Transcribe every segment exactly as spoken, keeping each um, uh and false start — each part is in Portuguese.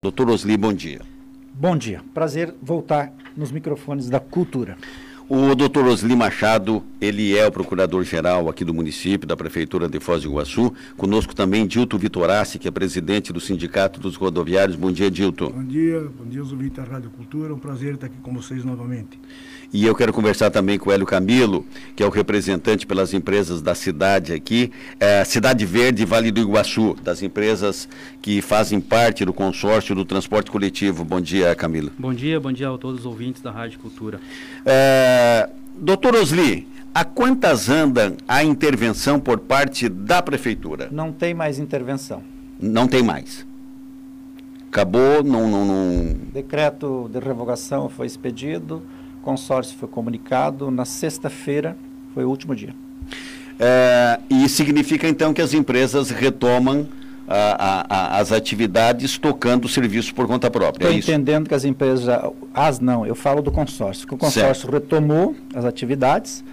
Doutor Osli, bom dia. Bom dia. Prazer voltar nos microfones da Cultura. O doutor Osli Machado, ele é o procurador-geral aqui do município, da Prefeitura de Foz do Iguaçu. Conosco também Dilton Vitorassi, que é presidente do Sindicato dos Rodoviários. Bom dia, Dilton. Bom dia, bom dia aos ouvintes da Rádio Cultura. É um prazer estar aqui com vocês novamente. E eu quero conversar também com o Hélio Camilo, que é o representante pelas empresas da cidade aqui, é, Cidade Verde e Vale do Iguaçu, das empresas que fazem parte do consórcio do transporte coletivo. Bom dia, Camilo. Bom dia, bom dia a todos os ouvintes da Rádio Cultura. É, doutor Osli, a quantas anda a intervenção por parte da Prefeitura? Não tem mais intervenção. Não tem mais. Acabou, não... não, não... Decreto de revogação foi expedido, consórcio foi comunicado, na sexta-feira foi o último dia. É, e significa então que as empresas retomam a, a, a, as atividades tocando serviços por conta própria. Estou é isso? entendendo que as empresas, já, as não, eu falo do consórcio, que o consórcio certo. retomou as atividades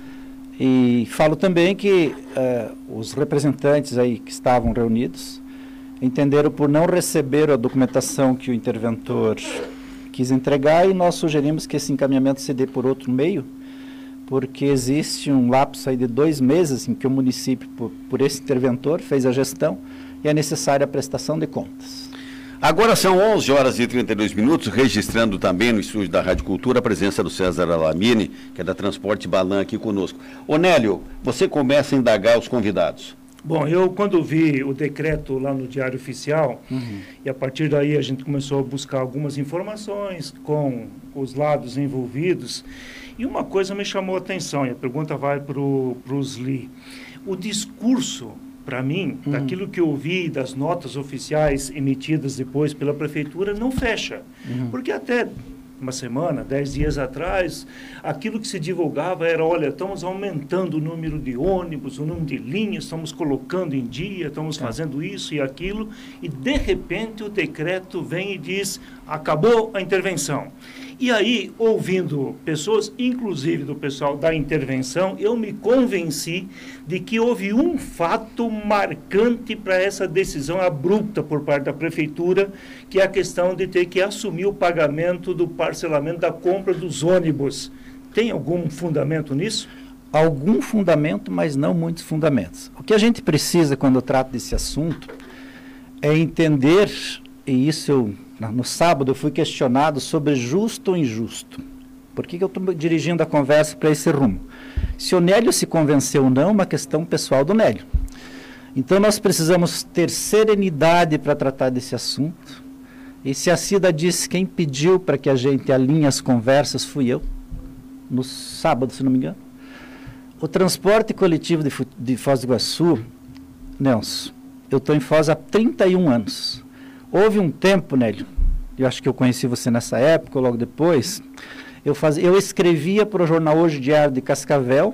e falo também que uh, os representantes aí que estavam reunidos entenderam por não receber a documentação que o interventor quis entregar e nós sugerimos que esse encaminhamento se dê por outro meio, porque existe um lapso aí de dois meses em que o município, por, por esse interventor, fez a gestão e é necessária a prestação de contas. Agora são onze horas e trinta e dois minutos, registrando também no estúdio da Rádio Cultura a presença do César Alamini, que é da Transporte Balan aqui conosco. Onélio, você começa a indagar os convidados. Bom, eu quando vi o decreto lá no Diário Oficial, uhum. e a partir daí a gente começou a buscar algumas informações com os lados envolvidos, e uma coisa me chamou a atenção, e a pergunta vai para o Osli. O discurso, para mim, uhum. daquilo que eu ouvi das notas oficiais emitidas depois pela Prefeitura, não fecha, uhum. porque até uma semana, dez dias atrás, aquilo que se divulgava era, olha, estamos aumentando o número de ônibus, o número de linhas, estamos colocando em dia, estamos é. fazendo isso e aquilo, e de repente o decreto vem e diz, acabou a intervenção. E aí, ouvindo pessoas, inclusive do pessoal da intervenção, eu me convenci de que houve um fato marcante para essa decisão abrupta por parte da Prefeitura, que é a questão de ter que assumir o pagamento do parcelamento da compra dos ônibus. Tem algum fundamento nisso? Algum fundamento, mas não muitos fundamentos. O que a gente precisa, quando eu trato desse assunto, é entender, e isso eu... No sábado eu fui questionado sobre justo ou injusto. Por que, que eu estou dirigindo a conversa para esse rumo? Se o Nélio se convenceu ou não, é uma questão pessoal do Nélio. Então nós precisamos ter serenidade para tratar desse assunto. E se a Cida disse quem pediu para que a gente alinhe as conversas, fui eu, no sábado, se não me engano. O transporte coletivo de, de Foz do Iguaçu, Nelson, eu estou em Foz há trinta e um anos. Houve um tempo, Nélio, eu acho que eu conheci você nessa época, ou logo depois, eu, fazia, eu escrevia para o jornal Hoje Diário de Cascavel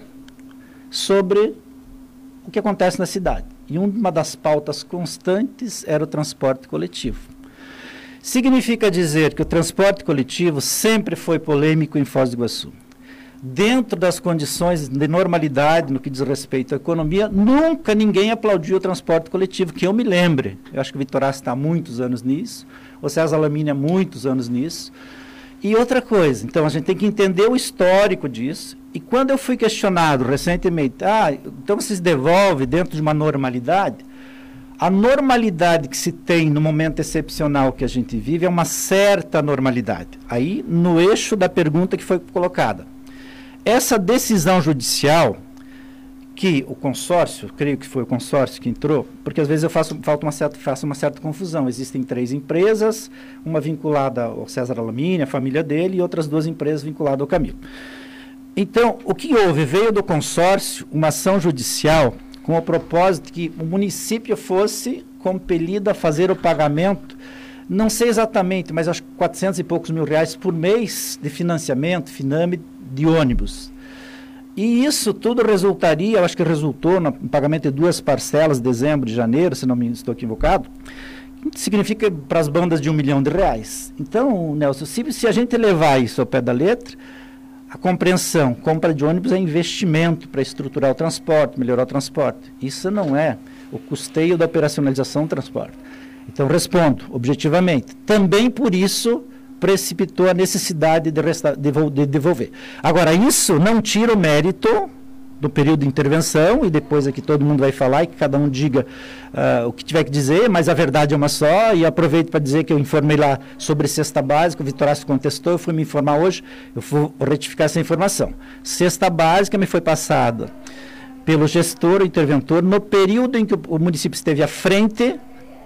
sobre o que acontece na cidade. E uma das pautas constantes era o transporte coletivo. Significa dizer que o transporte coletivo sempre foi polêmico em Foz do Iguaçu. Dentro das condições de normalidade, no que diz respeito à economia, nunca ninguém aplaudiu o transporte coletivo, que eu me lembre. Eu acho que o Vitorassi está há muitos anos nisso, o César Alamini há muitos anos nisso. E outra coisa, então a gente tem que entender o histórico disso. E quando eu fui questionado recentemente, ah, então vocês devolvem dentro de uma normalidade? A normalidade que se tem no momento excepcional que a gente vive é uma certa normalidade. Aí, no eixo da pergunta que foi colocada. Essa decisão judicial, que o consórcio, creio que foi o consórcio que entrou, porque às vezes eu faço, falta uma certa, faço uma certa confusão. Existem três empresas, uma vinculada ao César Alamini, a família dele, e outras duas empresas vinculadas ao Camilo. Então, o que houve? Veio do consórcio uma ação judicial com o propósito que o município fosse compelido a fazer o pagamento, não sei exatamente, mas acho que quatrocentos e poucos mil reais por mês de financiamento, Finame, de ônibus. E isso tudo resultaria, eu acho que resultou no pagamento de duas parcelas, dezembro e janeiro, se não me estou equivocado, significa para as bandas de um milhão de reais. Então, Nelson, se, se a gente levar isso ao pé da letra, a compreensão, compra de ônibus é investimento para estruturar o transporte, melhorar o transporte. Isso não é o custeio da operacionalização do transporte. Então, respondo objetivamente. Também por isso precipitou a necessidade de, resta de devolver. Agora, isso não tira o mérito do período de intervenção, e depois aqui todo mundo vai falar e que cada um diga uh, o que tiver que dizer, mas a verdade é uma só, e aproveito para dizer que eu informei lá sobre cesta básica, o Vitorácio contestou, eu fui me informar hoje, eu vou retificar essa informação. Cesta básica me foi passada pelo gestor, o interventor, no período em que o, o município esteve à frente,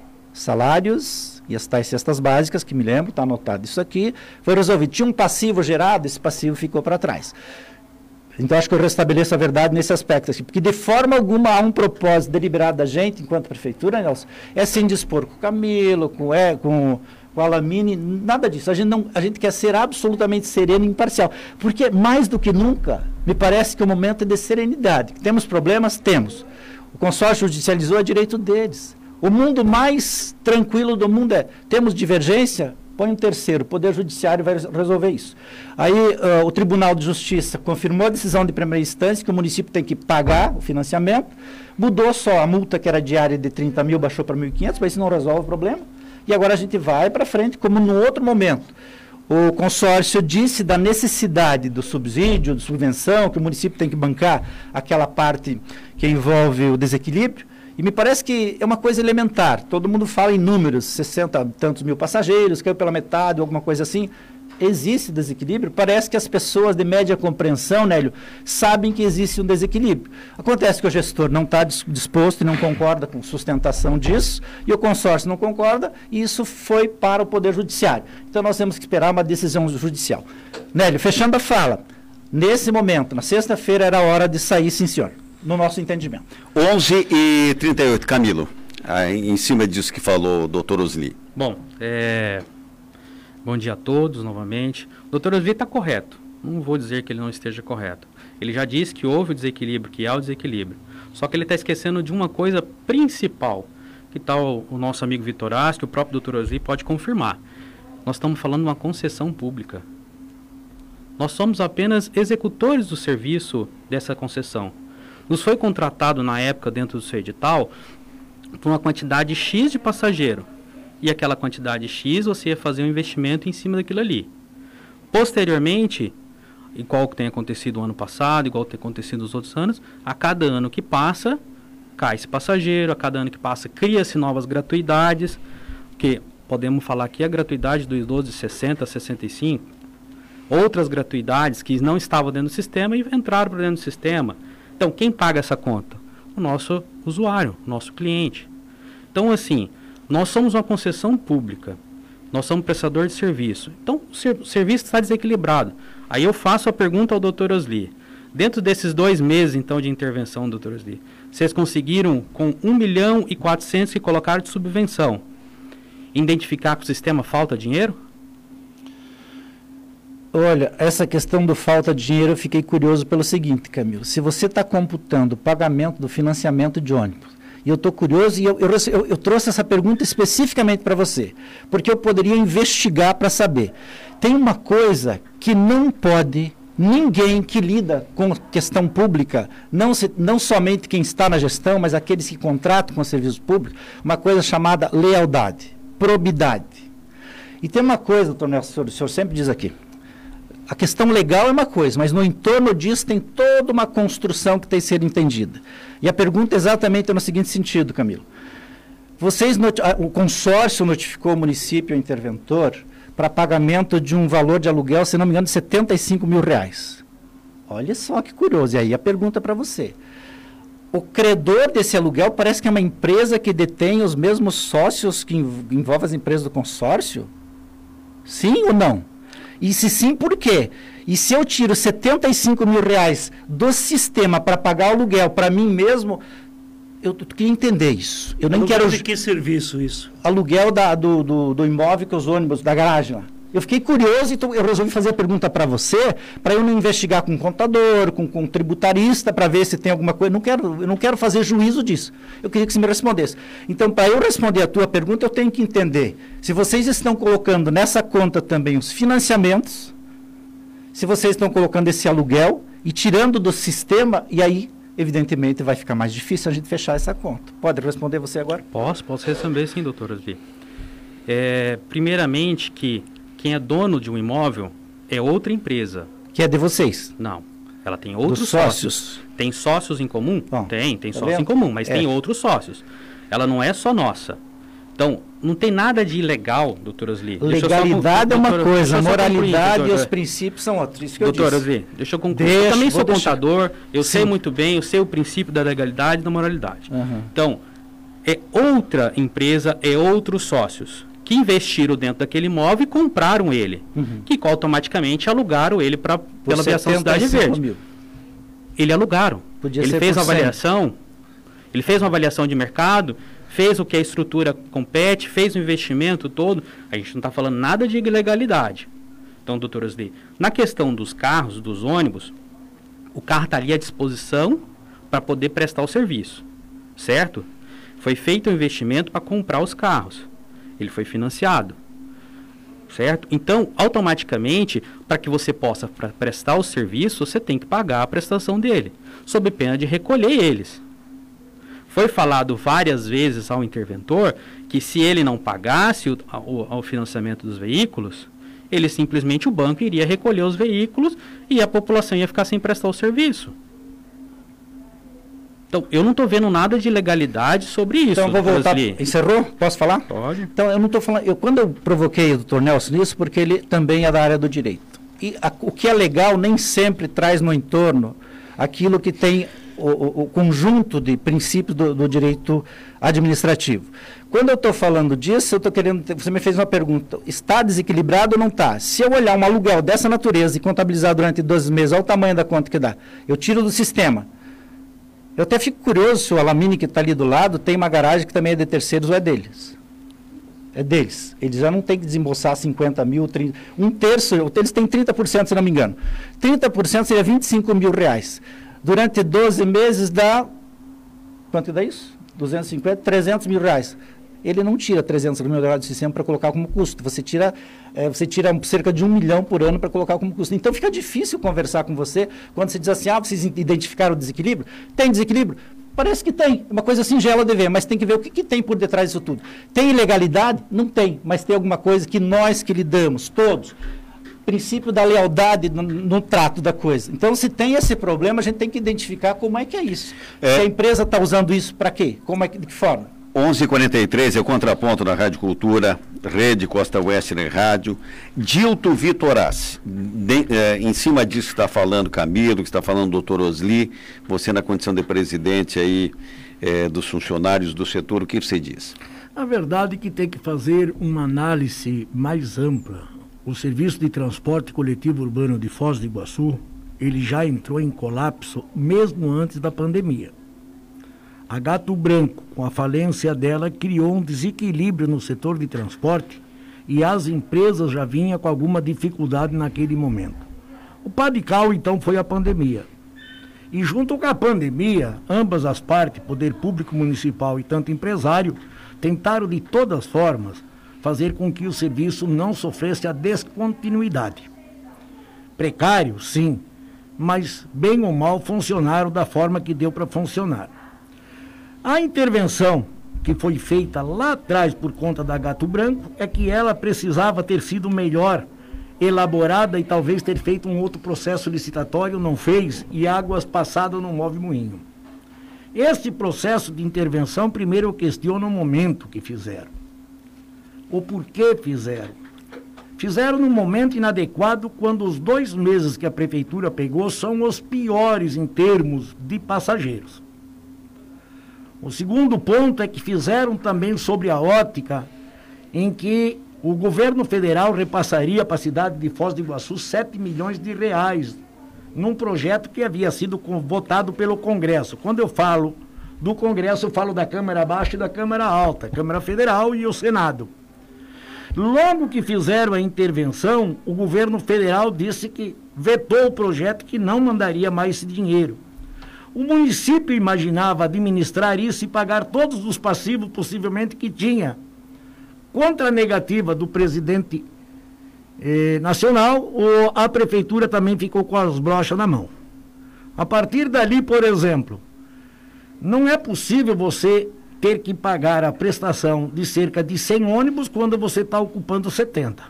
salários e as tais cestas básicas, que me lembro, está anotado isso aqui, foi resolvido. Tinha um passivo gerado, esse passivo ficou para trás. Então, acho que eu restabeleço a verdade nesse aspecto, assim, porque de forma alguma há um propósito deliberado da gente, enquanto prefeitura, Nelson, é sem dispor com o Camilo, com, é, com, com a Alamine, nada disso. A gente, não, a gente quer ser absolutamente sereno e imparcial, porque mais do que nunca, me parece que o momento é de serenidade. Temos problemas? Temos. O consórcio judicializou, é direito deles. O mundo mais tranquilo do mundo é, temos divergência? Põe um terceiro, o Poder Judiciário vai resolver isso. Aí uh, o Tribunal de Justiça confirmou a decisão de primeira instância que o município tem que pagar o financiamento, mudou só a multa que era diária de trinta mil, baixou para mil e quinhentos, mas isso não resolve o problema. E agora a gente vai para frente, como no outro momento. O consórcio disse da necessidade do subsídio, de subvenção, que o município tem que bancar aquela parte que envolve o desequilíbrio. E me parece que é uma coisa elementar. Todo mundo fala em números, sessenta e tantos mil passageiros, caiu pela metade, alguma coisa assim. Existe desequilíbrio? Parece que as pessoas de média compreensão, Nélio, sabem que existe um desequilíbrio. Acontece que o gestor não está disposto e não concorda com sustentação disso, e o consórcio não concorda, e isso foi para o Poder Judiciário. Então, nós temos que esperar uma decisão judicial. Nélio, fechando a fala, nesse momento, na sexta-feira, era a hora de sair, sim, senhor. No nosso entendimento. onze e trinta e oito, Camilo, aí, em cima disso que falou o doutor Osli. Bom, é... bom dia a todos novamente. O doutor Osli está correto, não vou dizer que ele não esteja correto. Ele já disse que houve o desequilíbrio, que há o desequilíbrio. Só que ele está esquecendo de uma coisa principal, que tal o nosso amigo Vitorácio, que o próprio doutor Osli pode confirmar. Nós estamos falando de uma concessão pública. Nós somos apenas executores do serviço dessa concessão. Nos foi contratado na época dentro do seu edital por uma quantidade X de passageiro. E aquela quantidade X você ia fazer um investimento em cima daquilo ali. Posteriormente, igual que tem acontecido o ano passado, igual que tem acontecido nos outros anos, a cada ano que passa, cai esse passageiro, a cada ano que passa, cria-se novas gratuidades, que podemos falar aqui a gratuidade do idoso de sessenta a sessenta e cinco, outras gratuidades que não estavam dentro do sistema e entraram para dentro do sistema. Então, quem paga essa conta? O nosso usuário, o nosso cliente. Então, assim, nós somos uma concessão pública, nós somos prestador de serviço. Então, o, ser, o serviço está desequilibrado. Aí eu faço a pergunta ao doutor Osli. Dentro desses dois meses, então, de intervenção, doutor Osli, vocês conseguiram, com um milhão e quatrocentos que colocaram de subvenção, identificar que o sistema falta dinheiro? Olha, essa questão do falta de dinheiro, eu fiquei curioso pelo seguinte, Camilo. Se você está computando o pagamento do financiamento de ônibus, e eu estou curioso, e eu, eu, eu, eu trouxe essa pergunta especificamente para você, porque eu poderia investigar para saber. Tem uma coisa que não pode ninguém que lida com questão pública, não, se, não somente quem está na gestão, mas aqueles que contratam com serviços públicos, uma coisa chamada lealdade, probidade. E tem uma coisa, doutor Nelson, o senhor sempre diz aqui, a questão legal é uma coisa, mas no entorno disso tem toda uma construção que tem que ser entendida. E a pergunta exatamente é no seguinte sentido, Camilo. Vocês, o consórcio notificou o município, o interventor, para pagamento de um valor de aluguel, se não me engano, de setenta e cinco mil reais. Olha só que curioso. E aí a pergunta para você. O credor desse aluguel parece que é uma empresa que detém os mesmos sócios que envolvem as empresas do consórcio? Sim ou não? E se sim, por quê? E se eu tiro setenta e cinco mil reais do sistema para pagar o aluguel para mim mesmo, eu, eu queria entender isso. Eu nem aluguel quero... de que serviço isso? Aluguel da, do, do, do imóvel que os ônibus, da garagem lá. Eu fiquei curioso, então eu resolvi fazer a pergunta para você, para eu não investigar com contador, com, com tributarista, para ver se tem alguma coisa. Não quero, eu não quero fazer juízo disso. Eu queria que você me respondesse. Então, para eu responder a tua pergunta, eu tenho que entender se vocês estão colocando nessa conta também os financiamentos, se vocês estão colocando esse aluguel e tirando do sistema, e aí evidentemente vai ficar mais difícil a gente fechar essa conta. Pode responder você agora? Posso, posso responder sim, doutor Osli. É, primeiramente que quem é dono de um imóvel é outra empresa. Que é de vocês? Não, ela tem outros Dos sócios. sócios. Tem sócios em comum? Bom, tem, tem tá sócio vendo? em comum, mas É. tem outros sócios. Ela não é só nossa. Então, não tem nada de ilegal, doutor Osli. Legalidade é uma doutora, coisa, deixa eu só moralidade concluir, e os doutor. princípios são outros. Isso que eu Doutor disse. Osli, deixa eu concluir. Deixa, eu também sou vou deixar. contador, eu Sim. sei muito bem, eu sei o princípio da legalidade e da moralidade. Uhum. Então, é outra empresa, é outros sócios que investiram dentro daquele imóvel e compraram ele, Uhum. que automaticamente alugaram ele pra, Por pela aviação Cidade setenta e cinco Verde. mil. Ele alugaram. Podia ele ser fez por uma cem. avaliação, ele fez uma avaliação de mercado, fez o que a estrutura compete, fez o investimento todo. A gente não está falando nada de ilegalidade. Então, doutor Osli, na questão dos carros, dos ônibus, o carro está ali à disposição para poder prestar o serviço, certo? Foi feito um investimento para comprar os carros. Ele foi financiado, certo? Então, automaticamente, para que você possa pra prestar o serviço, você tem que pagar a prestação dele, sob pena de recolher eles. Foi falado várias vezes ao interventor que se ele não pagasse o, o, o financiamento dos veículos, ele simplesmente, o banco iria recolher os veículos e a população ia ficar sem prestar o serviço. Então, eu não estou vendo nada de ilegalidade sobre isso. Então, vou doutor voltar. Osli. Encerrou? Posso falar? Pode. Então, eu não estou falando... Eu, quando eu provoquei o doutor Nelson nisso, porque ele também é da área do direito. E a, o que é legal nem sempre traz no entorno aquilo que tem o, o, o conjunto de princípios do, do direito administrativo. Quando eu estou falando disso, eu estou querendo... Você me fez uma pergunta. Está desequilibrado ou não está? Se eu olhar um aluguel dessa natureza e contabilizar durante doze meses, olha o tamanho da conta que dá. Eu tiro do sistema. Eu até fico curioso se o Alamine, que está ali do lado, tem uma garagem que também é de terceiros ou é deles. É deles. Eles já não têm que desembolsar cinquenta mil, trinta, um terço, eles têm trinta por cento, se não me engano. trinta por cento seria vinte e cinco mil reais. Durante doze meses dá, quanto dá isso? duzentos e cinquenta, trezentos mil reais. Ele não tira trezentos mil reais do sistema para colocar como custo. Você tira, é, você tira cerca de um milhão por ano para colocar como custo. Então fica difícil conversar com você quando você diz assim, ah, vocês identificaram o desequilíbrio? Tem desequilíbrio? Parece que tem. É uma coisa singela de ver, mas tem que ver o que, que tem por detrás disso tudo. Tem ilegalidade? Não tem, mas tem alguma coisa que nós que lidamos, todos. Princípio da lealdade no, no trato da coisa. Então, se tem esse problema, a gente tem que identificar como é que é isso. É. Se a empresa está usando isso para quê? Como é que, de que forma? onze e quarenta e três é o contraponto na Rádio Cultura, Rede Costa Western Rádio. Dilto Vitorassi, de, eh, em cima disso que está falando Camilo, que está falando o doutor Osli, você na condição de presidente aí eh, dos funcionários do setor, o que você diz? A verdade é que tem que fazer uma análise mais ampla. O serviço de transporte coletivo urbano de Foz do Iguaçu, ele já entrou em colapso mesmo antes da pandemia. A Gato Branco, com a falência dela, criou um desequilíbrio no setor de transporte e as empresas já vinham com alguma dificuldade naquele momento. O pá de cal, então, foi a pandemia. E junto com a pandemia, ambas as partes, poder público municipal e tanto empresário, tentaram de todas as formas fazer com que o serviço não sofresse a descontinuidade. Precário, sim, mas bem ou mal funcionaram da forma que deu para funcionar. A intervenção que foi feita lá atrás por conta da Gato Branco é que ela precisava ter sido melhor elaborada e talvez ter feito um outro processo licitatório, não fez, e águas passadas não move moinho. Este processo de intervenção, primeiro eu questiono o momento que fizeram. O porquê fizeram. Fizeram num momento inadequado, quando os dois meses que a prefeitura pegou são os piores em termos de passageiros. O segundo ponto é que fizeram também sobre a ótica em que o governo federal repassaria para a cidade de Foz do Iguaçu sete milhões de reais num projeto que havia sido votado pelo Congresso. Quando eu falo do Congresso, eu falo da Câmara Baixa e da Câmara Alta, Câmara Federal e o Senado. Logo que fizeram a intervenção, o governo federal disse que vetou o projeto, que não mandaria mais esse dinheiro. O município imaginava administrar isso e pagar todos os passivos possivelmente que tinha. Contra a negativa do presidente eh, nacional, o, a prefeitura também ficou com as brochas na mão. A partir dali, por exemplo, Não é possível você ter que pagar a prestação de cerca de cem ônibus quando você está ocupando setenta.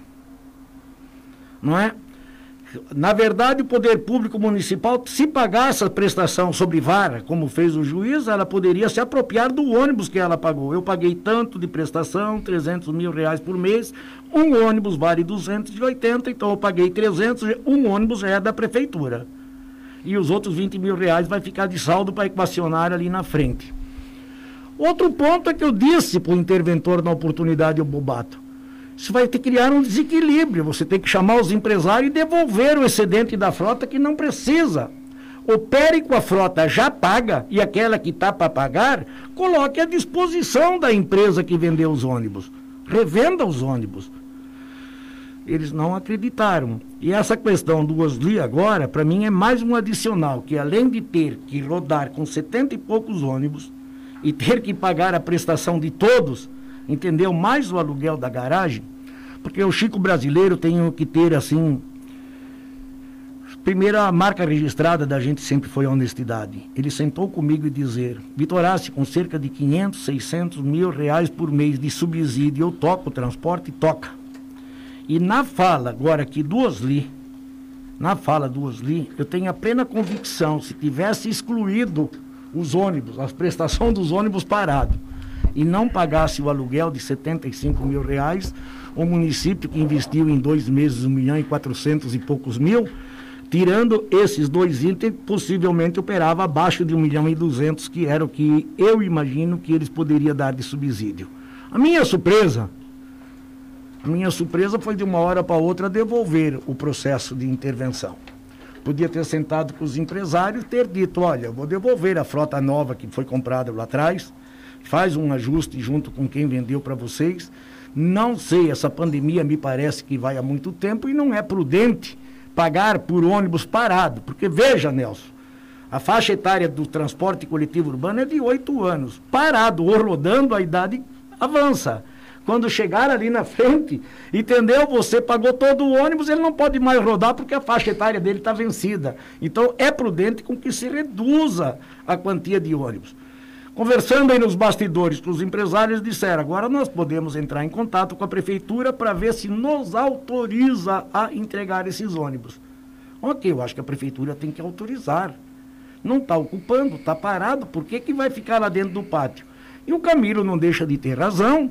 Não é? Na verdade, o poder público municipal, se pagar essa prestação sobre vara, como fez o juiz, ela poderia se apropriar do ônibus que ela pagou. Eu paguei tanto de prestação, trezentos mil reais por mês, um ônibus vale duzentos e oitenta, então eu paguei trezentos, um ônibus é da prefeitura. E os outros vinte mil reais vai ficar de saldo para equacionar ali na frente. Outro ponto é que eu disse para o interventor na oportunidade, o Bobato, isso vai ter que criar um desequilíbrio, você tem que chamar os empresários e devolver o excedente da frota que não precisa. Opere com a frota já paga e aquela que está para pagar, coloque à disposição da empresa que vendeu os ônibus. Revenda os ônibus. Eles não acreditaram. E essa questão do Osli agora, para mim, é mais um adicional, que além de ter que rodar com setenta e poucos ônibus e ter que pagar a prestação de todos, entendeu? Mais o aluguel da garagem, porque o Chico brasileiro tem que ter, assim, primeiro a marca registrada da gente sempre foi a honestidade. Ele sentou comigo e dizer, Vitorassi, com cerca de quinhentos, seiscentos mil reais por mês de subsídio, eu toco o transporte, toca. E na fala, agora aqui do Osli, na fala do Osli, eu tenho a plena convicção, se tivesse excluído os ônibus, a prestação dos ônibus parados, e não pagasse o aluguel de setenta e cinco mil reais, o município que investiu em dois meses um milhão e quatrocentos e poucos mil, tirando esses dois itens, possivelmente operava abaixo de um milhão e duzentos, que era o que eu imagino que eles poderiam dar de subsídio. A minha surpresa, a minha surpresa foi de uma hora para outra devolver o processo de intervenção. Podia ter sentado com os empresários e ter dito, olha, eu vou devolver a frota nova que foi comprada lá atrás, faz um ajuste junto com quem vendeu para vocês. Não sei, essa pandemia me parece que vai há muito tempo e não é prudente pagar por ônibus parado, porque veja, Nelson, a faixa etária do transporte coletivo urbano é de oito anos. Parado ou rodando, a idade avança. Quando chegar ali na frente, entendeu? Você pagou todo o ônibus, ele não pode mais rodar porque a faixa etária dele está vencida. Então, é prudente com que se reduza a quantia de ônibus. Conversando aí nos bastidores com os empresários, disseram, agora nós podemos entrar em contato com a prefeitura para ver se nos autoriza a entregar esses ônibus. Ok, eu acho que a prefeitura tem que autorizar. Não está ocupando, está parado, por que que vai ficar lá dentro do pátio? E o Camilo não deixa de ter razão,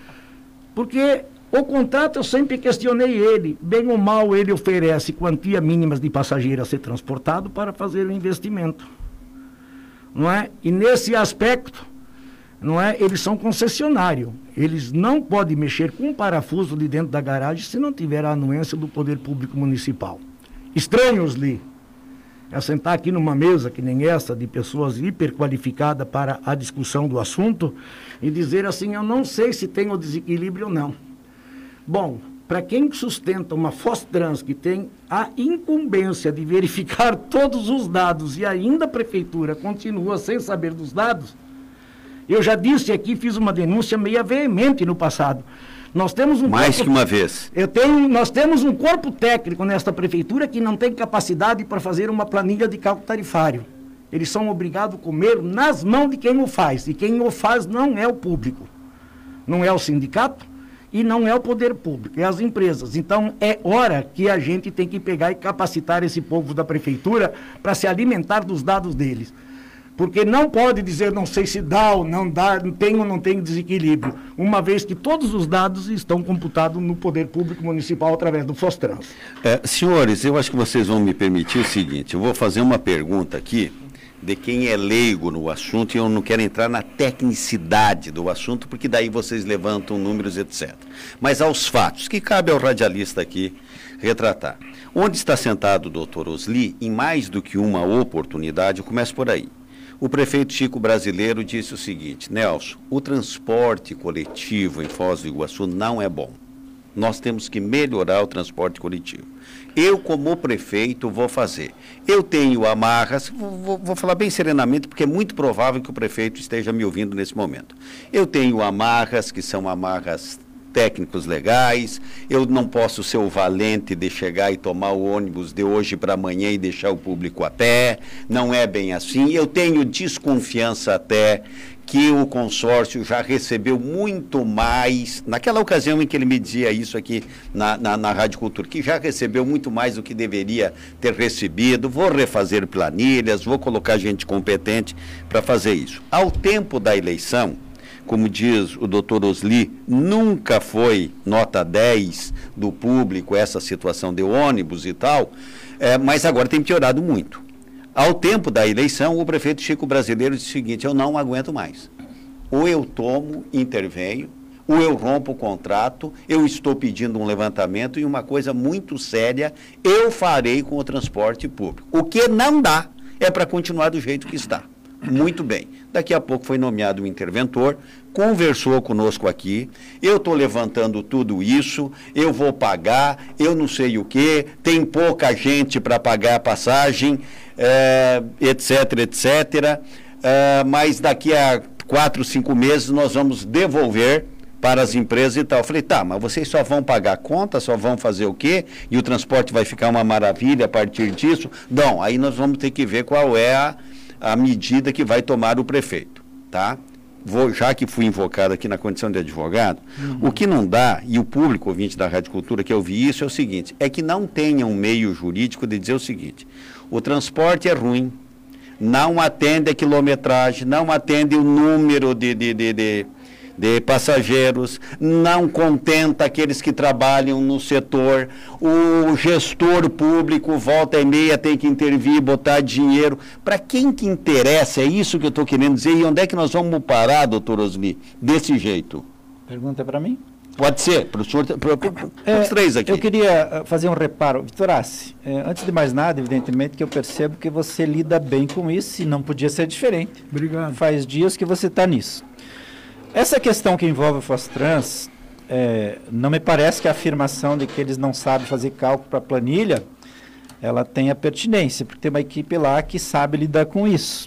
porque o contrato eu sempre questionei ele, bem ou mal ele oferece quantia mínimas de passageiro a ser transportado para fazer o investimento. Não é? E nesse aspecto, não é? Eles são concessionário, eles não podem mexer com um parafuso de dentro da garagem se não tiver a anuência do poder público municipal. Estranhos-lhe é sentar aqui numa mesa que nem essa, de pessoas hiperqualificadas para a discussão do assunto, e dizer assim, eu não sei se tem o desequilíbrio ou não. Bom, para quem sustenta uma Fostrans que tem a incumbência de verificar todos os dados e ainda a prefeitura continua sem saber dos dados, eu já disse aqui, fiz uma denúncia meio veemente no passado. Nós temos um Mais corpo, que uma vez. Eu tenho, nós temos um corpo técnico nesta prefeitura que não tem capacidade para fazer uma planilha de cálculo tarifário. Eles são obrigados a comer nas mãos de quem o faz. E quem o faz não é o público. Não é o sindicato e não é o poder público, é as empresas. Então, é hora que a gente tem que pegar e capacitar esse povo da prefeitura para se alimentar dos dados deles. Porque não pode dizer, não sei se dá ou não dá, tem ou não tem desequilíbrio, uma vez que todos os dados estão computados no poder público municipal através do Fostrans. É, senhores, eu acho que vocês vão me permitir o seguinte, eu vou fazer uma pergunta aqui de quem é leigo no assunto e eu não quero entrar na tecnicidade do assunto, porque daí vocês levantam números, etcétera. Mas aos fatos, que cabe ao radialista aqui retratar. Onde está sentado o doutor Osli, em mais do que uma oportunidade, eu começo por aí. O prefeito Chico Brasileiro disse o seguinte, Nelson, o transporte coletivo em Foz do Iguaçu não é bom. Nós temos que melhorar o transporte coletivo. Eu, como prefeito, vou fazer. Eu tenho amarras, vou, vou falar bem serenamente, porque é muito provável que o prefeito esteja me ouvindo nesse momento. Eu tenho amarras, que são amarras técnicos legais, eu não posso ser o valente de chegar e tomar o ônibus de hoje para amanhã e deixar o público a pé, não é bem assim. Eu tenho desconfiança até que o consórcio já recebeu muito mais, naquela ocasião em que ele me dizia isso aqui na, na, na Rádio Cultura, que já recebeu muito mais do que deveria ter recebido, vou refazer planilhas, vou colocar gente competente para fazer isso. Ao tempo da eleição, como diz o doutor Osli, nunca foi nota dez do público essa situação de ônibus e tal, é, mas agora tem piorado muito. Ao tempo da eleição, o prefeito Chico Brasileiro disse o seguinte: eu não aguento mais. Ou eu tomo, intervenho, ou eu rompo o contrato, eu estou pedindo um levantamento e uma coisa muito séria eu farei com o transporte público. O que não dá é para continuar do jeito que está. Muito bem. Daqui a pouco foi nomeado um interventor, conversou conosco aqui, eu estou levantando tudo isso, eu vou pagar, eu não sei o quê, tem pouca gente para pagar a passagem, é, etc, etcétera. É, mas daqui a quatro, cinco meses nós vamos devolver para as empresas e tal. Eu falei, tá, mas vocês só vão pagar a conta, só vão fazer o quê? E o transporte vai ficar uma maravilha a partir disso? Não, aí nós vamos ter que ver qual é a a medida que vai tomar o prefeito, tá? Vou, já que fui invocado aqui na condição de advogado, uhum. O que não dá, e o público ouvinte da Rádio Cultura que eu vi isso, é o seguinte, é que não tenha um meio jurídico de dizer o seguinte: o transporte é ruim, não atende a quilometragem, não atende o número de, de, de, de, de passageiros, não contenta aqueles que trabalham no setor, o gestor público volta e meia tem que intervir, botar dinheiro. Para quem que interessa? É isso que eu estou querendo dizer. E onde é que nós vamos parar, doutor Osli, desse jeito? Pergunta para mim? Pode ser, para o senhor, para os três aqui. Eu queria fazer um reparo. Vitorassi, é, antes de mais nada, evidentemente que eu percebo que você lida bem com isso e não podia ser diferente. Obrigado. Faz dias que você está nisso. Essa questão que envolve o Fostrans, é, não me parece que a afirmação de que eles não sabem fazer cálculo para planilha, ela tenha pertinência, porque tem uma equipe lá que sabe lidar com isso.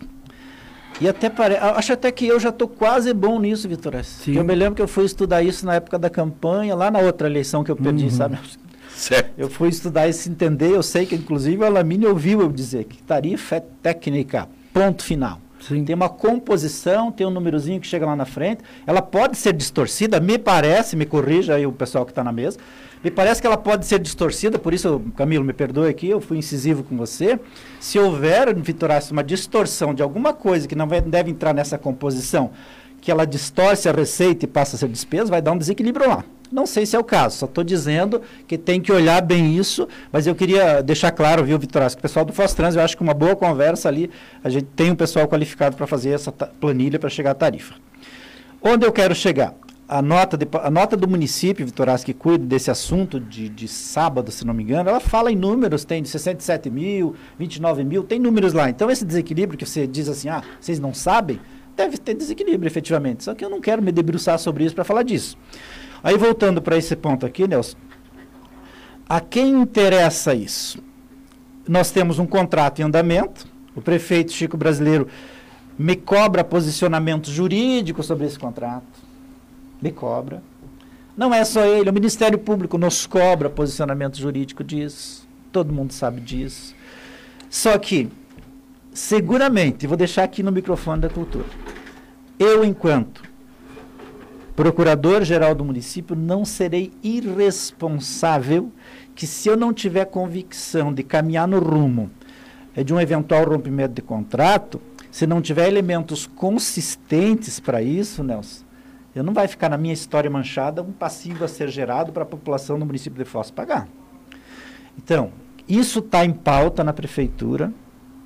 E até pare... acho até que eu já estou quase bom nisso, Vitor. Eu me lembro que eu fui estudar isso na época da campanha, lá na outra eleição que eu perdi, uhum. sabe? Certo. Eu fui estudar isso, entender, eu sei que inclusive a Lamine ouviu eu dizer que tarifa é técnica, ponto final. Sim. Tem uma composição, tem um númerozinho que chega lá na frente. Ela pode ser distorcida, me parece, me corrija aí o pessoal que está na mesa, me parece que ela pode ser distorcida, por isso, Camilo, me perdoe aqui, eu fui incisivo com você. Se houver, Vitorassi, uma distorção de alguma coisa que não vai, deve entrar nessa composição, que ela distorce a receita e passa a ser despesa, vai dar um desequilíbrio lá. Não sei se é o caso, só estou dizendo que tem que olhar bem isso, mas eu queria deixar claro, viu, Vitorassi, que o pessoal do Fostrans, eu acho que uma boa conversa ali, a gente tem um pessoal qualificado para fazer essa planilha para chegar à tarifa. Onde eu quero chegar? A nota, de, a nota do município, Vitorassi, que cuida desse assunto de, de sábado, se não me engano, ela fala em números, tem de sessenta e sete mil, vinte e nove mil, tem números lá. Então, esse desequilíbrio que você diz assim, ah, vocês não sabem, deve ter desequilíbrio, efetivamente. Só que eu não quero me debruçar sobre isso para falar disso. Aí, voltando para esse ponto aqui, Nelson, a quem interessa isso? Nós temos um contrato em andamento, o prefeito Chico Brasileiro me cobra posicionamento jurídico sobre esse contrato, me cobra. Não é só ele, o Ministério Público nos cobra posicionamento jurídico disso, todo mundo sabe disso. Só que, seguramente, vou deixar aqui no microfone da cultura, eu, enquanto procurador-geral do município, não serei irresponsável que, se eu não tiver convicção de caminhar no rumo é, de um eventual rompimento de contrato, se não tiver elementos consistentes para isso, Nelson, eu não vai ficar na minha história manchada um passivo a ser gerado para a população do município de Foz pagar. Então, isso está em pauta na prefeitura,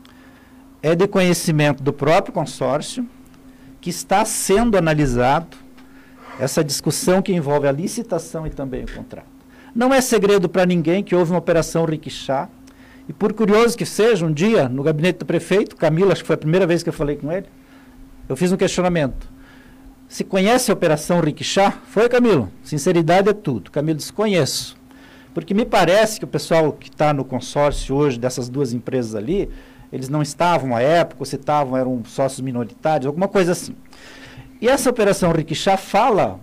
é de conhecimento do próprio consórcio, que está sendo analisado, essa discussão que envolve a licitação e também o contrato. Não é segredo para ninguém que houve uma operação Riquixá, e por curioso que seja, um dia, no gabinete do prefeito, Camilo, acho que foi a primeira vez que eu falei com ele, eu fiz um questionamento. Se conhece a operação Riquixá? Foi, Camilo? Sinceridade é tudo. Camilo disse, conheço. Porque me parece que o pessoal que está no consórcio hoje, dessas duas empresas ali, eles não estavam à época, ou se estavam, eram sócios minoritários, alguma coisa assim. E essa operação Riquixá fala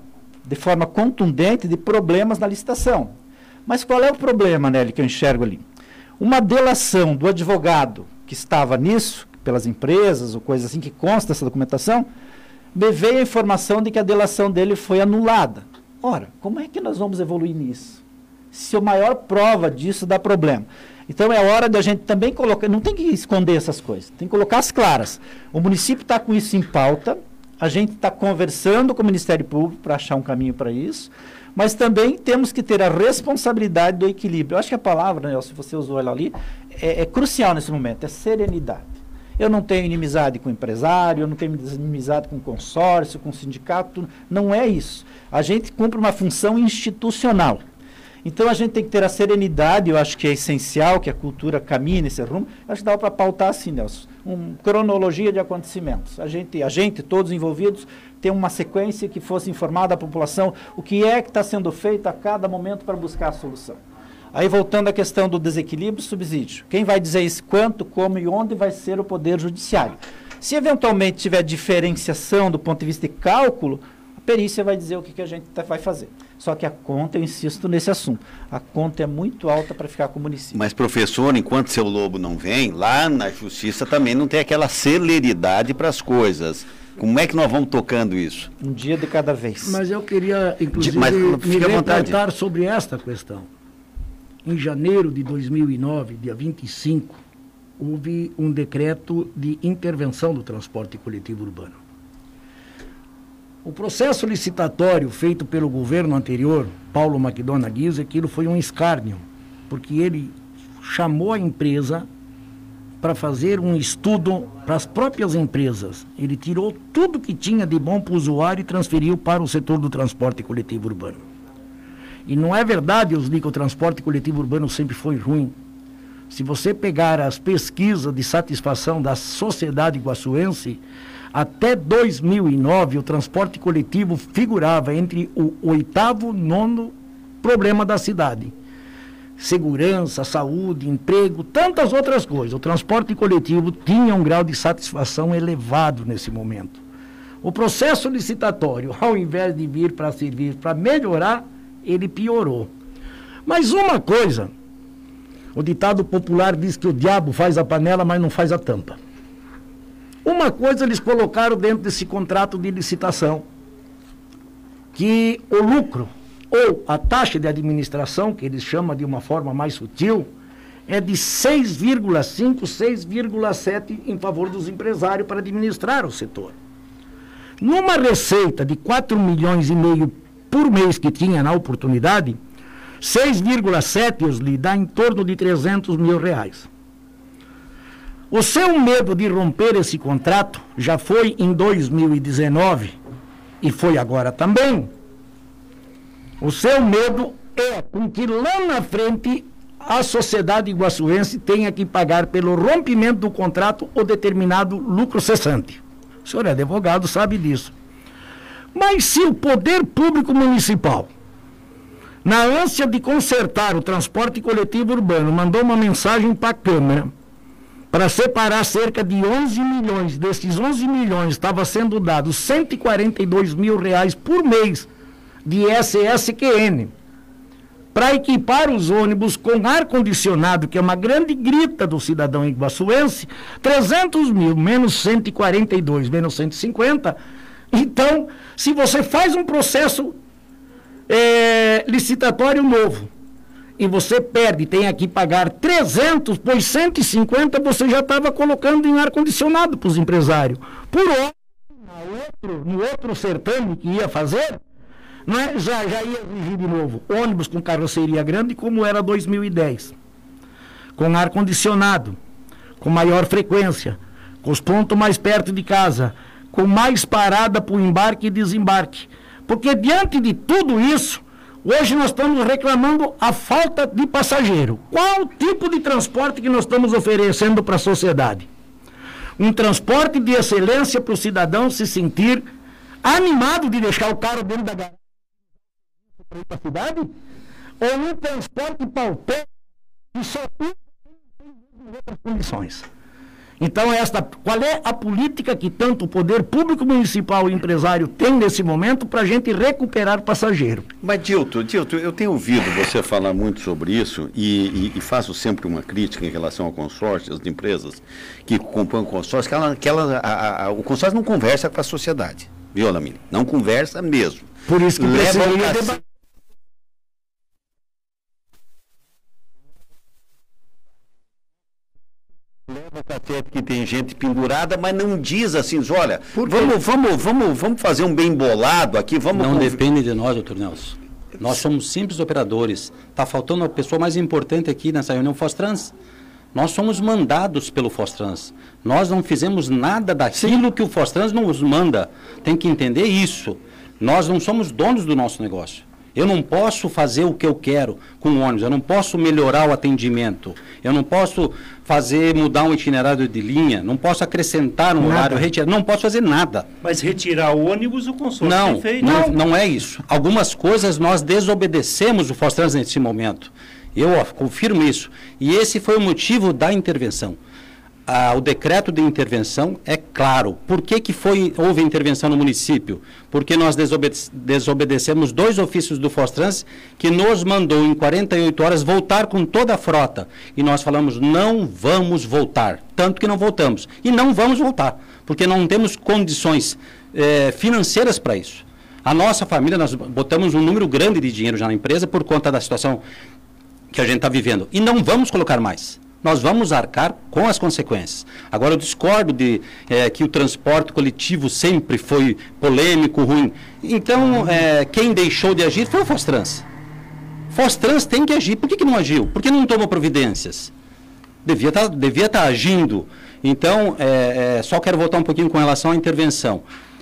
de forma contundente de problemas na licitação. Mas qual é o problema, Nelly, que eu enxergo ali? Uma delação do advogado que estava nisso, pelas empresas ou coisa assim que consta dessa documentação, me veio a informação de que a delação dele foi anulada. Ora, como é que nós vamos evoluir nisso? Se a maior prova disso dá problema. Então é hora da gente também colocar, não tem que esconder essas coisas, tem que colocar as claras. O município está com isso em pauta, a gente está conversando com o Ministério Público para achar um caminho para isso, mas também temos que ter a responsabilidade do equilíbrio. Eu acho que a palavra, Nelson, se você usou ela ali, é, é crucial nesse momento, é serenidade. Eu não tenho inimizade com o empresário, eu não tenho inimizade com o consórcio, com o sindicato, não é isso. A gente cumpre uma função institucional. Então a gente tem que ter a serenidade, eu acho que é essencial que a cultura caminhe nesse rumo. Acho que dá para pautar assim, Nelson, uma cronologia de acontecimentos. A gente, a gente, todos envolvidos, tem uma sequência que fosse informada à população o que é que está sendo feito a cada momento para buscar a solução. Aí voltando à questão do desequilíbrio e subsídio. Quem vai dizer isso, quanto, como e onde vai ser o Poder Judiciário? Se eventualmente tiver diferenciação do ponto de vista de cálculo, a perícia vai dizer o que, que a gente vai fazer. Só que a conta, eu insisto nesse assunto, a conta é muito alta para ficar com o município. Mas, professor, enquanto seu Lobo não vem, lá na Justiça também não tem aquela celeridade para as coisas. Como é que nós vamos tocando isso? Um dia de cada vez. Mas eu queria, inclusive, Mas, me reportar sobre esta questão. Em janeiro de dois mil e nove, dia vinte e cinco, houve um decreto de intervenção do transporte coletivo urbano. O processo licitatório feito pelo governo anterior, Paulo Macdonald Guise, aquilo foi um escárnio, porque ele chamou a empresa para fazer um estudo para as próprias empresas. Ele tirou tudo que tinha de bom para o usuário e transferiu para o setor do transporte coletivo urbano. E não é verdade, Osni, que o transporte coletivo urbano sempre foi ruim. Se você pegar as pesquisas de satisfação da sociedade iguaçuense, até dois mil e nove o transporte coletivo figurava entre o oitavo e nono problema da cidade. Segurança, saúde, emprego, tantas outras coisas. O transporte coletivo tinha um grau de satisfação elevado nesse momento. O processo licitatório, ao invés de vir para servir, para melhorar, ele piorou. Mas uma coisa, o ditado popular diz que o diabo faz a panela, mas não faz a tampa. Uma coisa eles colocaram dentro desse contrato de licitação, que o lucro, ou a taxa de administração, que eles chamam de uma forma mais sutil, é de seis vírgula cinco, seis vírgula sete em favor dos empresários para administrar o setor. Numa receita de quatro milhões e meio por mês que tinha na oportunidade, seis vírgula sete lhe dá em torno de trezentos mil reais. O seu medo de romper esse contrato já foi em dois mil e dezenove e foi agora também. O seu medo é com que lá na frente a sociedade iguaçuense tenha que pagar pelo rompimento do contrato o determinado lucro cessante. O senhor é advogado, sabe disso. Mas se o poder público municipal, na ânsia de consertar o transporte coletivo urbano, mandou uma mensagem para a Câmara para separar cerca de onze milhões, desses onze milhões estava sendo dado cento e quarenta e dois mil reais por mês de S S Q N para equipar os ônibus com ar-condicionado, que é uma grande grita do cidadão iguaçuense, trezentos mil menos cento e quarenta e dois menos cento e cinquenta. Então, se você faz um processo é, licitatório novo e você perde, tem aqui pagar trezentos, pois cento e cinquenta você já estava colocando em ar-condicionado para os empresários. Por outro, no outro certame que ia fazer, não é? já, já ia exigir de novo ônibus com carroceria grande, como era dois mil e dez, com ar-condicionado, com maior frequência, com os pontos mais perto de casa, com mais parada para o embarque e desembarque. Porque diante de tudo isso, hoje nós estamos reclamando a falta de passageiro. Qual o tipo de transporte que nós estamos oferecendo para a sociedade? Um transporte de excelência para o cidadão se sentir animado de deixar o carro dentro da garagem para ir para a cidade? Ou um transporte paupérrimo que só tem outras condições? Então, esta, qual é a política que tanto o poder público municipal e empresário tem nesse momento para a gente recuperar passageiro? Mas, Dilton, Dilton, eu tenho ouvido você falar muito sobre isso e, e, e faço sempre uma crítica em relação ao consórcio, as empresas que compõem o consórcio, que, ela, que ela, a, a, o consórcio não conversa com a sociedade, viu, Alamine? Não conversa mesmo. Por isso que leva precisaria o debater. Leva o cacete que tem gente pendurada, mas não diz assim, olha, vamos, vamos, vamos, vamos fazer um bem bolado aqui, vamos... Não conv... depende de nós, doutor Nelson. Nós somos simples operadores. Está faltando a pessoa mais importante aqui nessa reunião, Fostrans. Nós somos mandados pelo Fostrans. Nós não fizemos nada daquilo que o Fostrans nos manda. Tem que entender isso. Nós não somos donos do nosso negócio. Eu não posso fazer o que eu quero com o ônibus, eu não posso melhorar o atendimento, eu não posso fazer, mudar um itinerário de linha, não posso acrescentar um Nada. horário, retirar, não posso fazer nada. Mas retirar o ônibus, o consórcio Não, tem feito. não, não é isso. Algumas coisas nós desobedecemos o Fostrans nesse momento. Eu ó, confirmo isso. E esse foi o motivo da intervenção. Ah, o decreto de intervenção é claro. Por que, que foi, houve intervenção no município? Porque nós desobede desobedecemos dois ofícios do Fostrans que nos mandou em quarenta e oito horas voltar com toda a frota. E nós falamos, não vamos voltar. Tanto que não voltamos. E não vamos voltar, porque não temos condições eh, financeiras para isso. A nossa família, nós botamos um número grande de dinheiro já na empresa por conta da situação que a gente está vivendo. E não vamos colocar mais. Nós vamos arcar com as consequências. Agora, eu discordo de é, que o transporte coletivo sempre foi polêmico, ruim. Então, é, quem deixou de agir foi o Fostrans. Fostrans tem que agir. Por que, que não agiu? Por que não tomou providências? Devia estar tá, devia tá agindo. Então, é, é, só quero voltar um pouquinho com relação à intervenção.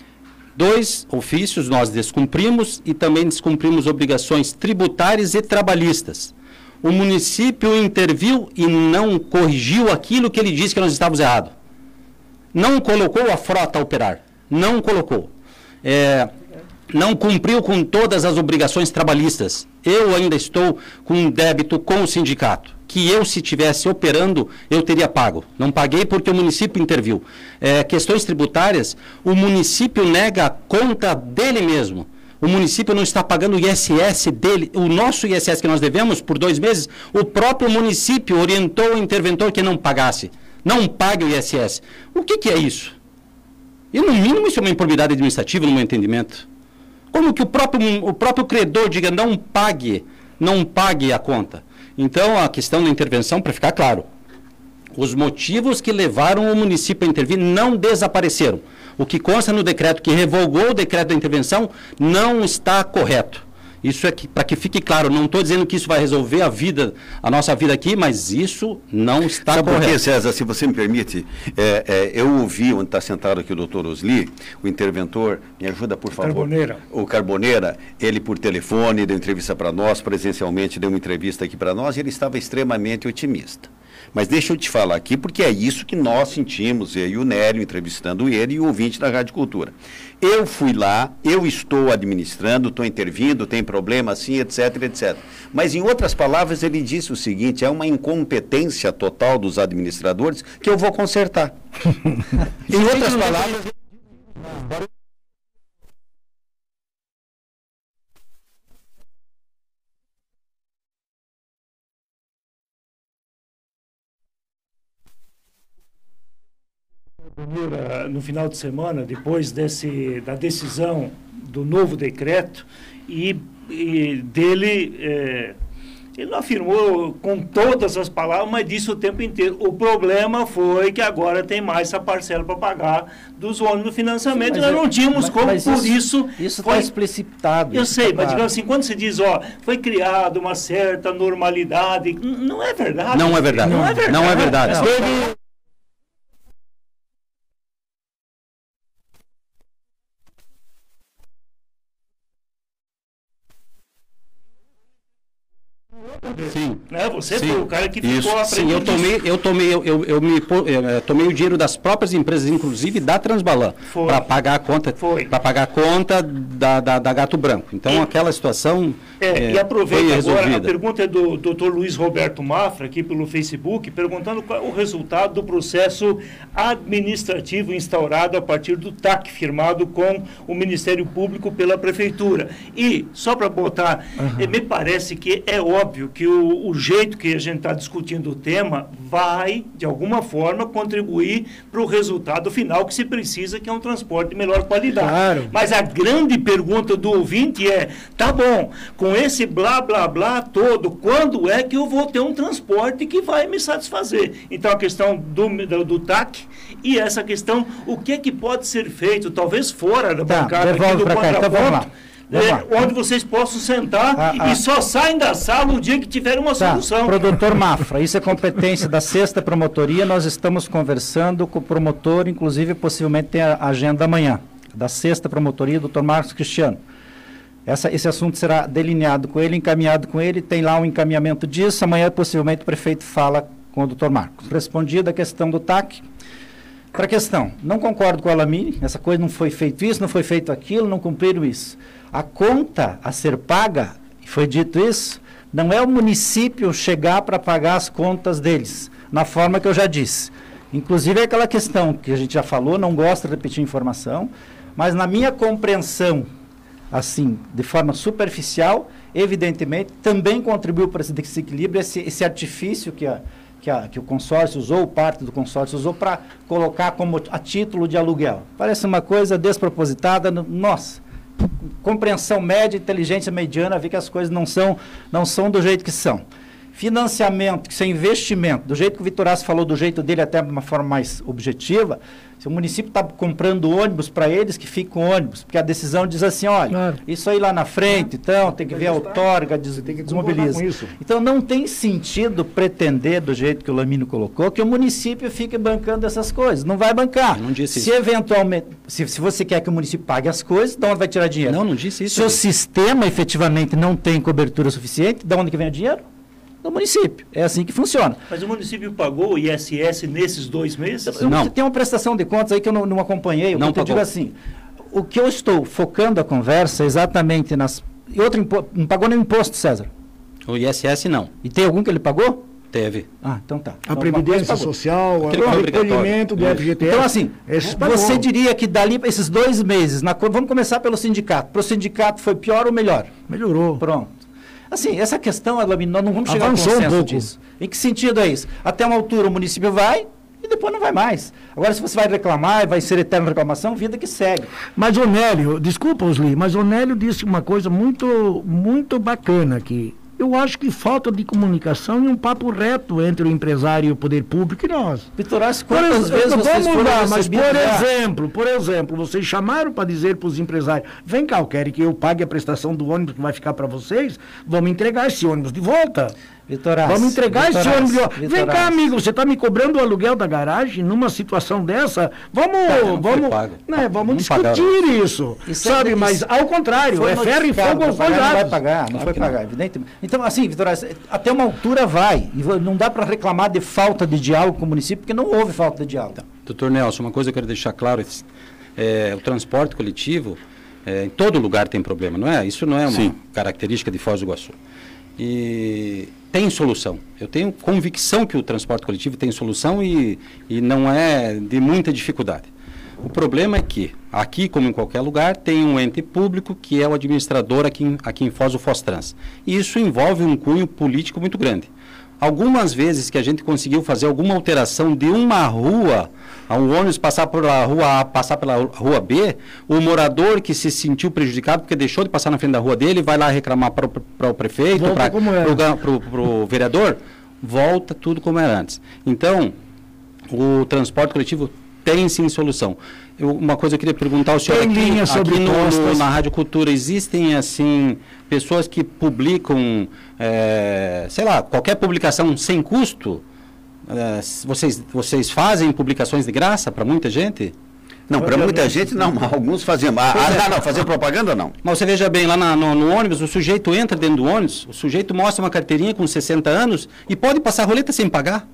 Dois ofícios nós descumprimos e também descumprimos obrigações tributárias e trabalhistas. O município interviu e não corrigiu aquilo que ele disse que nós estávamos errados. Não colocou a frota a operar. Não colocou. É, não cumpriu com todas as obrigações trabalhistas. Eu ainda estou com um débito com o sindicato, que eu, se estivesse operando, eu teria pago. Não paguei porque o município interviu. É, questões tributárias, o município nega a conta dele mesmo. O município não está pagando o I S S dele, o nosso I S S que nós devemos por dois meses, o próprio município orientou o interventor que não pagasse. Não pague o I S S. O que, que é isso? E no mínimo isso é uma improbidade administrativa, no meu entendimento. Como que o próprio, o próprio credor diga não pague, não pague a conta? Então a questão da intervenção, para ficar claro, os motivos que levaram o município a intervir não desapareceram. O que consta no decreto que revogou o decreto da intervenção não está correto. Isso é que, para que fique claro, não estou dizendo que isso vai resolver a vida, a nossa vida aqui, mas isso não está Sabe correto. por quê, César, se você me permite, é, é, eu ouvi, onde está sentado aqui o doutor Osli, o interventor, me ajuda por favor. Carboneira. O Carboneira, ele por telefone deu entrevista para nós, presencialmente deu uma entrevista aqui para nós, e ele estava extremamente otimista. Mas deixa eu te falar aqui, porque é isso que nós sentimos, eu e o Nélio entrevistando ele e o ouvinte da Rádio Cultura. Eu fui lá, eu estou administrando, estou intervindo, tem problema assim, etc, etcétera. Mas, em outras palavras, ele disse o seguinte, é uma incompetência total dos administradores que eu vou consertar. Em outras palavras... No final de semana, depois desse, da decisão do novo decreto, e, e dele, é, ele não afirmou com todas as palavras, mas disse o tempo inteiro. O problema foi que agora tem mais essa parcela para pagar dos ônibus do financiamento. Sim, nós não tínhamos mas, como, mas por isso. Isso está explicitado. Eu isso sei, tá mas claro. digamos assim, quando se diz, ó, foi criada uma certa normalidade, não é verdade. Não é verdade. Não é verdade. Não é verdade. Não. Teve... Sim. Né? Você Sim. foi o cara que Isso. ficou Sim, eu aprendendo tomei, eu tomei, eu, eu, eu me po- eu, tomei o dinheiro das próprias empresas, inclusive da Transbalan, Foi. para pagar a conta, Foi. para pagar a conta da, da, da Gato Branco. Então E- aquela situação É, é, e aproveita foi agora, a resolvida. pergunta é do doutor Luiz Roberto Mafra, aqui pelo Facebook, perguntando qual é o resultado do processo administrativo instaurado a partir do T A C, firmado com o Ministério Público pela Prefeitura. E, só para botar, eh, me parece que é óbvio que o, o jeito que a gente está discutindo o tema vai, de alguma forma, contribuir para o resultado final que se precisa, que é um transporte de melhor qualidade. Claro. Mas a grande pergunta do ouvinte é, tá bom, com esse blá, blá, blá todo, quando é que eu vou ter um transporte que vai me satisfazer? Então, a questão do, do, do T A C e essa questão, o que é que pode ser feito, talvez fora da Tá, bancada aqui devolve do pra cá, então vamos lá. contraponto, Vamos é, lá. onde vocês possam sentar Ah, ah. e só saem da sala o dia que tiver uma Tá, solução. para o doutor Mafra, isso é competência da sexta promotoria, nós estamos conversando com o promotor, inclusive possivelmente tem a agenda amanhã, da sexta promotoria, doutor Marcos Cristiano. Essa, esse assunto será delineado com ele, encaminhado com ele, tem lá um encaminhamento disso, amanhã possivelmente o prefeito fala com o doutor Marcos. Respondida a questão do T A C, para a questão, não concordo com a Alamine, essa coisa não foi feito isso, não foi feito aquilo, não cumpriram isso. A conta a ser paga, e foi dito isso, não é o município chegar para pagar as contas deles, na forma que eu já disse. Inclusive é aquela questão que a gente já falou, não gosto de repetir informação, mas na minha compreensão, assim, de forma superficial, evidentemente, também contribuiu para esse desequilíbrio, esse, esse artifício que, a, que, a, que o consórcio usou, parte do consórcio usou, para colocar como a título de aluguel. Parece uma coisa despropositada, no- nossa, compreensão média, inteligência mediana, vê que as coisas não são, não são do jeito que são. Financiamento, que isso é investimento, do jeito que o Vitorazzi falou, do jeito dele até de uma forma mais objetiva, se o município está comprando ônibus para eles, que fica com ônibus, porque a decisão diz assim, olha, Claro. isso aí lá na frente, então, tem que ver a outorga, des Você tem que concordar desmobiliza. com isso. Então, não tem sentido pretender, do jeito que o Lamino colocou, que o município fique bancando essas coisas. Não vai bancar. Eu não disse se isso. eventualmente, se, se você quer que o município pague as coisas, de onde vai tirar dinheiro? Não, não disse isso. Se o Adilson. sistema efetivamente não tem cobertura suficiente, de onde que vem o dinheiro? Do município. É assim que funciona. Mas o município pagou o I S S nesses dois meses? Eu- Não. Tem uma prestação de contas aí que eu não, não acompanhei. O Não que eu te digo pagou. assim, o que eu estou focando a conversa é exatamente nas... E outro imposto, não pagou nenhum imposto, César? O I S S não, E tem algum que ele pagou? teve. Ah, então tá. A Então, uma Previdência coisa pagou. Social, Aquele o que é obrigatório. recolhimento do Isso. F G T S. Então, assim, esses pagou. você diria que dali para esses dois meses, na co- vamos começar pelo sindicato. Para o sindicato foi pior ou melhor? Melhorou. Pronto. Assim, essa questão, Alamino, nós não vamos chegar a Avançou um consenso pouco. disso. Em que sentido é isso? Até uma altura o município vai e depois não vai mais. Agora, se você vai reclamar, vai ser eterna reclamação, vida que segue. Mas o Nélio, desculpa, Osli, mas o Nélio disse uma coisa muito, muito bacana aqui. Eu acho que falta de comunicação e um papo reto entre o empresário e o poder público e nós. Vitorazzi, Por quantas exemplo, vezes vocês vamos foram lá, mas por recebidos já? exemplo, por exemplo, vocês chamaram para dizer para os empresários, vem cá, eu quero que eu pague a prestação do ônibus que vai ficar para vocês, vamos entregar esse ônibus de volta. Vitorazzi, Vamos entregar esse Vitorazzi, ônibus de volta. Vem cá, Vitorazzi. amigo, você está me cobrando o aluguel da garagem numa situação dessa? Vamos, não foi vamos, pago. né, vamos Não discutir pagaram. isso, Isso é- sabe? isso Mas ao contrário, Foi é ferro e notificado fogo pra aos pagar, dois não vai lados. pagar, não Claro foi que não. pagar, evidentemente. Então, assim, Vitorazzi, até uma altura vai. E vo- não dá para reclamar de falta de diálogo com o município, porque não houve falta de diálogo. Doutor Nelson, uma coisa que eu quero deixar claro, é, o transporte coletivo, é, em todo lugar tem problema, não é? Isso não é uma Sim. característica de Foz do Iguaçu. E tem solução. Eu tenho convicção que o transporte coletivo tem solução e, e não é de muita dificuldade. O problema é que, aqui como em qualquer lugar, tem um ente público que é o administrador aqui em, aqui em Foz, o Fostrans. E isso envolve um cunho político muito grande. Algumas vezes que a gente conseguiu fazer alguma alteração de uma rua, a um ônibus passar pela rua A, passar pela rua B, o morador que se sentiu prejudicado porque deixou de passar na frente da rua dele, vai lá reclamar para o, para o prefeito, Volta como era. para o vereador, volta tudo como era antes. Então, o transporte coletivo tem sim solução. Eu, uma coisa eu queria perguntar ao senhor, Tem aqui, linhas sobre aqui no, no, costas. na Rádio Cultura, existem assim pessoas que publicam, é, sei lá, qualquer publicação sem custo? É, vocês, vocês fazem publicações de graça para muita gente? Não, para muita gente não, alguns faziam. Ah, ah, não, fazer propaganda não. Mas você veja bem, lá na, no, no ônibus, o sujeito entra dentro do ônibus, o sujeito mostra uma carteirinha com sessenta anos e pode passar a roleta sem pagar.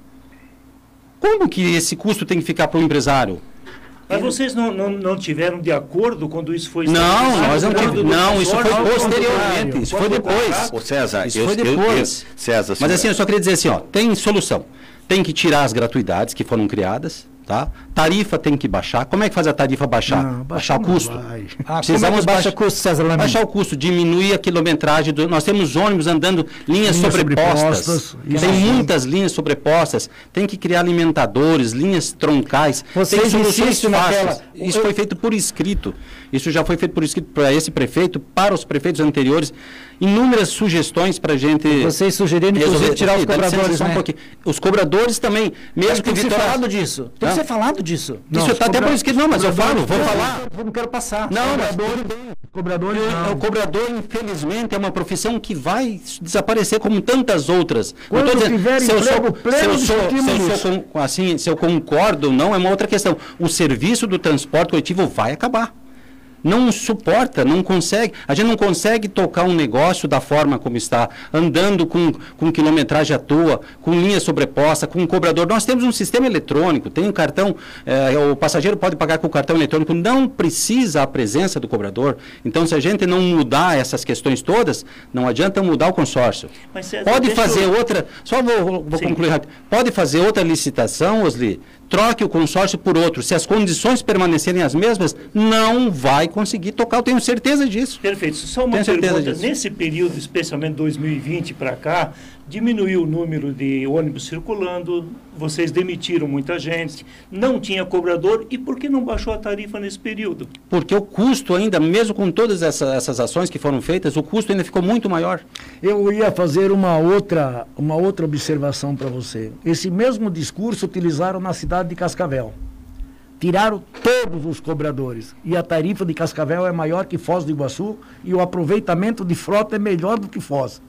Como que esse custo tem que ficar para o empresário? Mas vocês não, não, não tiveram de acordo quando isso foi Não, nós não tivemos. Não, isso foi posteriormente. Isso foi depois. Ô César, isso eu, foi depois. Eu, eu, César, Mas assim, eu só queria dizer assim, ó, tem solução. Tem que tirar as gratuidades que foram criadas, tá? Tarifa tem que baixar. Como é que faz a tarifa baixar? Não, baixar o custo. Ah, Precisamos é baixar o custo, César Lamy? Baixar o custo, diminuir a quilometragem. Do, nós temos ônibus andando linhas, linhas sobrepostas. sobrepostas tem muitas linhas sobrepostas. Tem que criar alimentadores, linhas troncais. Vocês tem soluções fáceis. Naquela... Isso foi feito por escrito. Isso já foi feito por escrito para esse prefeito, para os prefeitos anteriores. Inúmeras sugestões para a gente... Vocês sugeriram, inclusive, tirar os cobradores, né? Um os cobradores também, mesmo tem que... Tem que ser falado disso. Tem não. que ser falado disso. Não, isso está até por escrito. Não, mas eu falo, vou falar. Eu não quero passar. Não, mas... Cobradores, não. O cobrador, infelizmente, é uma profissão que vai desaparecer como tantas outras. Quando dizendo, tiver se emprego eu pleno, se eu sou, se eu sou com, assim, se eu concordo ou não, é uma outra questão. O serviço do transporte coletivo vai acabar. Não suporta, não consegue, a gente não consegue tocar um negócio da forma como está, andando com, com quilometragem à toa, com linha sobreposta, com um cobrador. Nós temos um sistema eletrônico, tem um cartão, eh, o passageiro pode pagar com o cartão eletrônico, não precisa a presença do cobrador. Então, se a gente não mudar essas questões todas, não adianta mudar o consórcio. Mas, César, pode fazer eu... outra, só vou, vou concluir rápido, pode fazer outra licitação, Osli, troque o consórcio por outro. Se as condições permanecerem as mesmas, não vai conseguir tocar, eu tenho certeza disso. Perfeito. Só uma tenho pergunta. Nesse período, especialmente dois mil e vinte para cá, diminuiu o número de ônibus circulando, vocês demitiram muita gente, não tinha cobrador, e por que não baixou a tarifa nesse período? Porque o custo ainda, mesmo com todas essa, essas ações que foram feitas, o custo ainda ficou muito maior. Eu ia fazer uma outra, uma outra observação para você. Esse mesmo discurso utilizaram na cidade de Cascavel. Tiraram todos os cobradores. E a tarifa de Cascavel é maior que Foz do Iguaçu e o aproveitamento de frota é melhor do que Foz.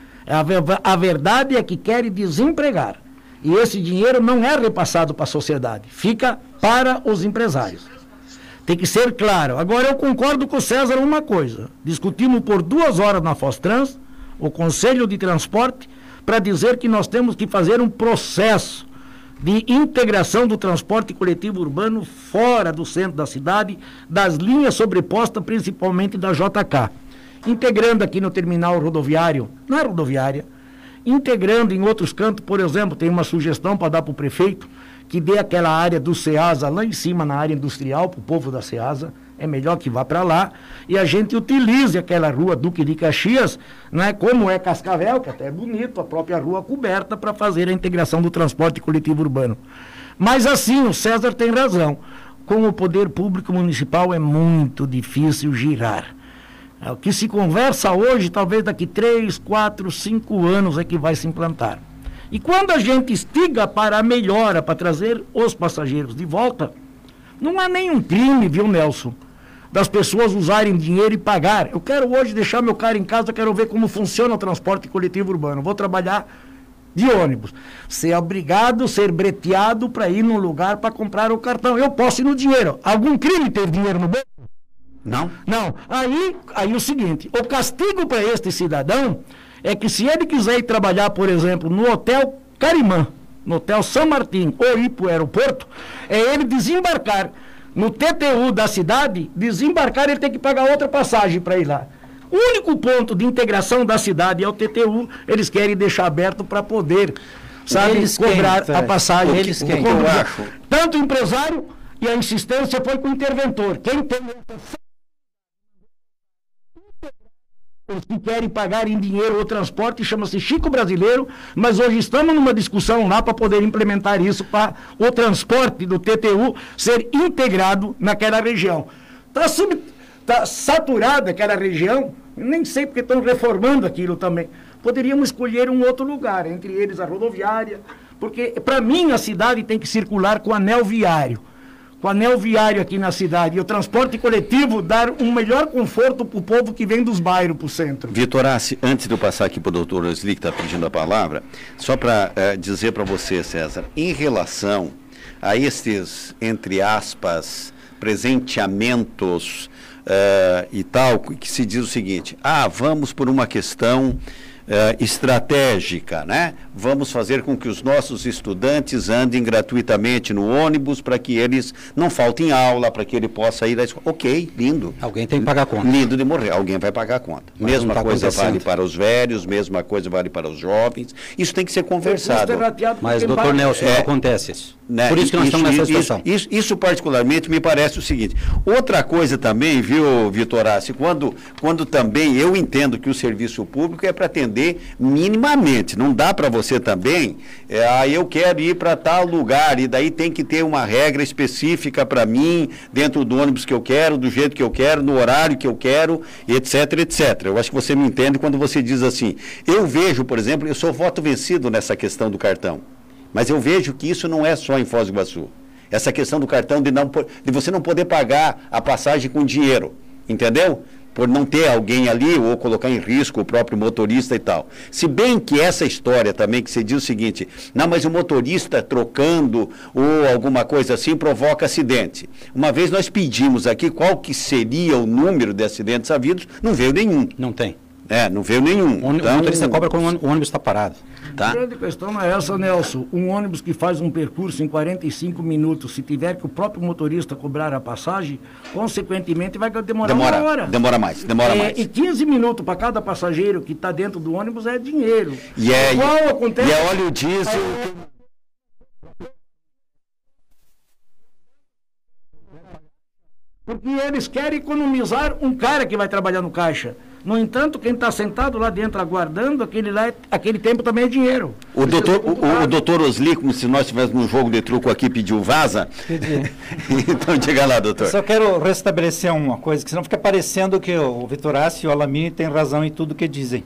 A, a verdade é que querem desempregar. E esse dinheiro não é repassado para a sociedade, fica para os empresários. Tem que ser claro. Agora, eu concordo com o César uma coisa. Discutimos por duas horas na Fostrans, o Conselho de Transporte, para dizer que nós temos que fazer um processo de integração do transporte coletivo urbano fora do centro da cidade, das linhas sobrepostas, principalmente da J K. Integrando aqui no terminal rodoviário, não é rodoviária, integrando em outros cantos, por exemplo, tem uma sugestão para dar para o prefeito, que dê aquela área do SEASA lá em cima, na área industrial, para o povo da SEASA, é melhor que vá para lá, e a gente utilize aquela rua Duque de Caxias, né, como é Cascavel, que até é bonito, a própria rua coberta, para fazer a integração do transporte coletivo urbano. Mas assim, o César tem razão, com o poder público municipal é muito difícil girar. O que se conversa hoje, talvez daqui três, quatro, cinco anos é que vai se implantar. E quando a gente estiga para a melhora, para trazer os passageiros de volta, não há nenhum crime, viu, Nelson, das pessoas usarem dinheiro e pagar. Eu quero hoje deixar meu carro em casa, quero ver como funciona o transporte coletivo urbano. Vou trabalhar de ônibus. Ser obrigado, ser breteado para ir num lugar para comprar o cartão. Eu posso ir no dinheiro. Algum crime ter dinheiro no bolso? Não. Não. Aí, aí o seguinte, o castigo para este cidadão é que se ele quiser ir trabalhar, por exemplo, no Hotel Carimã, no Hotel São Martim, ou ir para o aeroporto, é ele desembarcar no T T U da cidade, desembarcar, ele tem que pagar outra passagem para ir lá. O único ponto de integração da cidade é o T T U, eles querem deixar aberto para poder, sabe, eles cobrar quem, a passagem. Eles quem, eu acho. Tanto o empresário, e a insistência foi com o interventor. Quem tem os que querem pagar em dinheiro o transporte, chama-se Chico Brasileiro, mas hoje estamos numa discussão lá para poder implementar isso, para o transporte do T T U ser integrado naquela região. Está tá saturada aquela região, nem sei porque estão reformando aquilo também. Poderíamos escolher um outro lugar, entre eles a rodoviária, porque para mim a cidade tem que circular com anel viário. Com anel viário aqui na cidade, e o transporte coletivo dar um melhor conforto para o povo que vem dos bairros para o centro. Vitor Assi, antes de eu passar aqui para o doutor Osli, que está pedindo a palavra, só para uh, dizer para você, César, em relação a estes, entre aspas, presenteamentos uh, e tal, que se diz o seguinte, ah, vamos por uma questão Uh, estratégica, né? Vamos fazer com que os nossos estudantes andem gratuitamente no ônibus para que eles não faltem aula, para que ele possa ir à escola. Ok, lindo. Alguém tem que pagar a conta. Lindo de morrer, alguém vai pagar a conta. Mas mesma tá coisa vale para os velhos, mesma coisa vale para os jovens. Isso tem que ser conversado. Mas, doutor Nelson, não é, acontece isso. Né? Por isso que nós isso, estamos nessa isso, situação. Isso, isso, particularmente, me parece o seguinte. Outra coisa também, viu, Vitorassi, quando, quando também eu entendo que o serviço público é para atender minimamente. Não dá para você também, é, ah, eu quero ir para tal lugar, e daí tem que ter uma regra específica para mim, dentro do ônibus que eu quero, do jeito que eu quero, no horário que eu quero, etc, etcétera. Eu acho que você me entende quando você diz assim. Eu vejo, por exemplo, eu sou voto vencido nessa questão do cartão. Mas eu vejo que isso não é só em Foz do Iguaçu. Essa questão do cartão de, não, de você não poder pagar a passagem com dinheiro, entendeu? Por não ter alguém ali ou colocar em risco o próprio motorista e tal. Se bem que essa história também, que você diz o seguinte, não, mas o motorista trocando ou alguma coisa assim provoca acidente. Uma vez nós pedimos aqui qual que seria o número de acidentes havidos, não veio nenhum. Não tem. É, não veio nenhum. O então, motorista cobra quando o ônibus está parado. Tá? A grande questão é essa, Nelson. Um ônibus que faz um percurso em quarenta e cinco minutos, se tiver que o próprio motorista cobrar a passagem, consequentemente vai demorar demora, uma hora. Demora mais, demora é, mais. E quinze minutos para cada passageiro que está dentro do ônibus é dinheiro. E é, Qual acontece? E é óleo diesel... Porque eles querem economizar um cara que vai trabalhar no caixa. No entanto, quem está sentado lá dentro aguardando, aquele, lá, aquele tempo também é dinheiro. O doutor, o, o doutor Osli, como se nós estivéssemos num jogo de truco aqui, pediu vaza. Pedi. Então, diga lá, doutor. Eu só quero restabelecer uma coisa, que senão fica parecendo que o Vitorassi e o Alamini têm razão em tudo que dizem.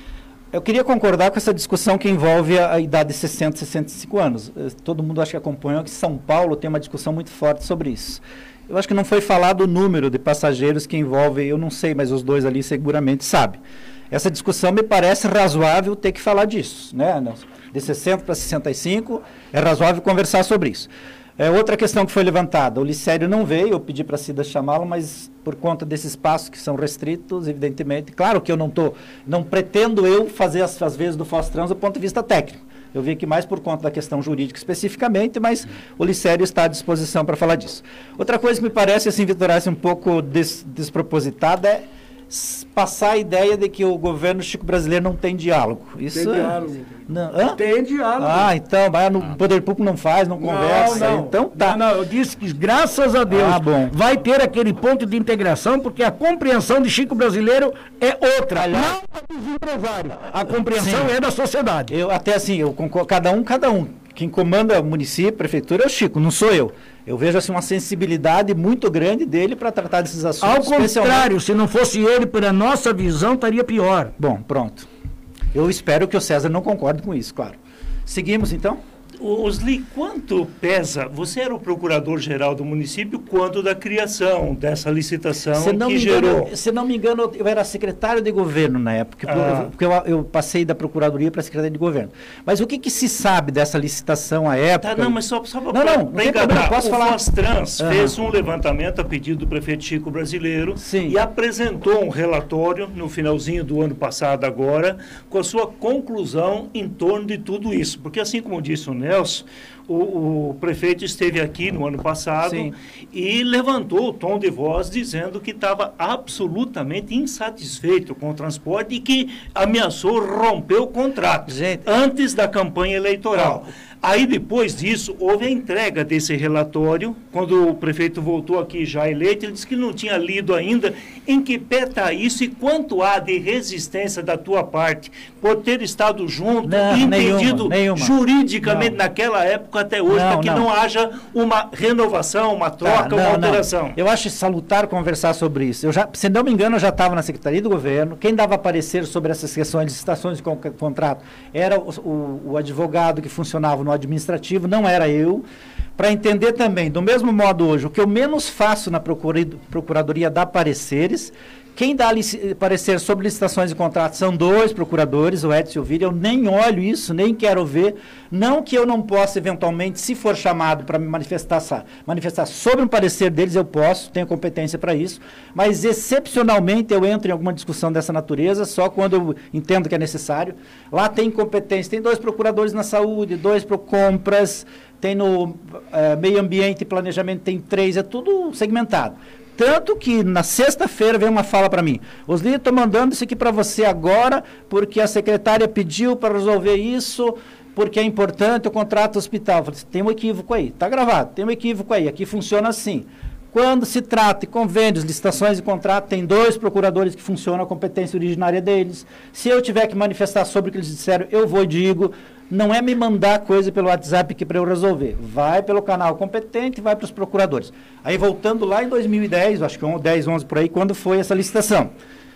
Eu queria concordar com essa discussão que envolve a, a idade de sessenta, sessenta e cinco anos. Todo mundo acha que acompanhou que São Paulo tem uma discussão muito forte sobre isso. Eu acho que não foi falado o número de passageiros que envolve, eu não sei, mas os dois ali seguramente sabem. Essa discussão me parece razoável ter que falar disso, né? De sessenta para sessenta e cinco, é razoável conversar sobre isso. É, outra questão que foi levantada, o Licério não veio, eu pedi para a Cida chamá-lo, mas por conta desses espaços que são restritos, evidentemente, claro que eu não tô, não pretendo eu fazer as, as vezes do Fostrans do ponto de vista técnico. Eu vim aqui mais por conta da questão jurídica especificamente, mas o Licério está à disposição para falar disso. Outra coisa que me parece, assim, Vitorassi, um pouco des, despropositada é passar a ideia de que o governo Chico brasileiro não tem diálogo. Isso tem é... diálogo. Não, hã? Tem diálogo. Ah, então, vai no ah. Poder Público não faz, não conversa. Não, não. Então tá. Não, não, eu disse que graças a Deus ah, bom. vai ter aquele ponto de integração, porque a compreensão de Chico brasileiro é outra. Aliás, não é dos empresários. A compreensão Sim. é da sociedade. Eu até assim, eu concordo, cada um, cada um. Quem comanda o município, a prefeitura é o Chico, não sou eu. Eu vejo assim uma sensibilidade muito grande dele para tratar desses assuntos. Ao contrário, se não fosse ele, pela nossa visão, estaria pior. Bom, pronto. Eu espero que o César não concorde com isso, claro. Seguimos, então? Osli, quanto pesa, você era o procurador-geral do município quando da criação dessa licitação se não que me gerou... Engano, se não me engano, eu era secretário de governo na época, ah. porque eu, eu passei da procuradoria para secretaria de governo. Mas o que, que se sabe dessa licitação à época? Tá, não, mas só, só para não, não, não enganar, posso o falar. Fostrans uhum. fez um levantamento a pedido do prefeito Chico Brasileiro Sim. e apresentou um relatório no finalzinho do ano passado agora, com a sua conclusão em torno de tudo isso. Porque assim como disse o Nelson, O, o prefeito esteve aqui no ano passado Sim. e levantou o tom de voz dizendo que estava absolutamente insatisfeito com o transporte e que ameaçou romper o contrato Gente. antes da campanha eleitoral. Oh. Aí, depois disso, houve a entrega desse relatório. Quando o prefeito voltou aqui já eleito, ele disse que não tinha lido ainda em que pé está isso e quanto há de resistência da tua parte por ter estado junto não, e entendido nenhuma, nenhuma. juridicamente não. naquela época até hoje, não, para que não. não haja uma renovação, uma troca, tá, não, uma alteração. Não. Eu acho salutar conversar sobre isso. Eu já, se não me engano, eu já estava na Secretaria do Governo. Quem dava parecer sobre essas questões de licitações de contrato era o, o, o advogado que funcionava no administrativo, não era eu. Para entender também, do mesmo modo hoje, o que eu menos faço na Procuradoria dá pareceres, Quem dá parecer sobre licitações e contratos são dois procuradores, o Edson e o Vira. Eu nem olho isso, nem quero ver. Não que eu não possa, eventualmente, se for chamado para me manifestar, manifestar sobre um parecer deles, eu posso, tenho competência para isso. Mas, excepcionalmente, eu entro em alguma discussão dessa natureza, só quando eu entendo que é necessário. Lá tem competência, tem dois procuradores na saúde, dois para compras, tem no eh, meio ambiente e planejamento, tem três, é tudo segmentado. Tanto que na sexta-feira veio uma fala para mim, os líderes estão mandando isso aqui para você agora, porque a secretária pediu para resolver isso, porque é importante o contrato hospital. Eu falei, tem um equívoco aí, está gravado, tem um equívoco aí, aqui funciona assim. Quando se trata de convênios, licitações e contratos, tem dois procuradores que funcionam a competência originária deles. Se eu tiver que manifestar sobre o que eles disseram, eu vou e digo. Não é me mandar coisa pelo WhatsApp aqui para eu resolver. Vai pelo canal competente e vai para os procuradores. Aí, voltando lá em dois mil e dez, acho que dez, onze por aí, quando foi essa licitação.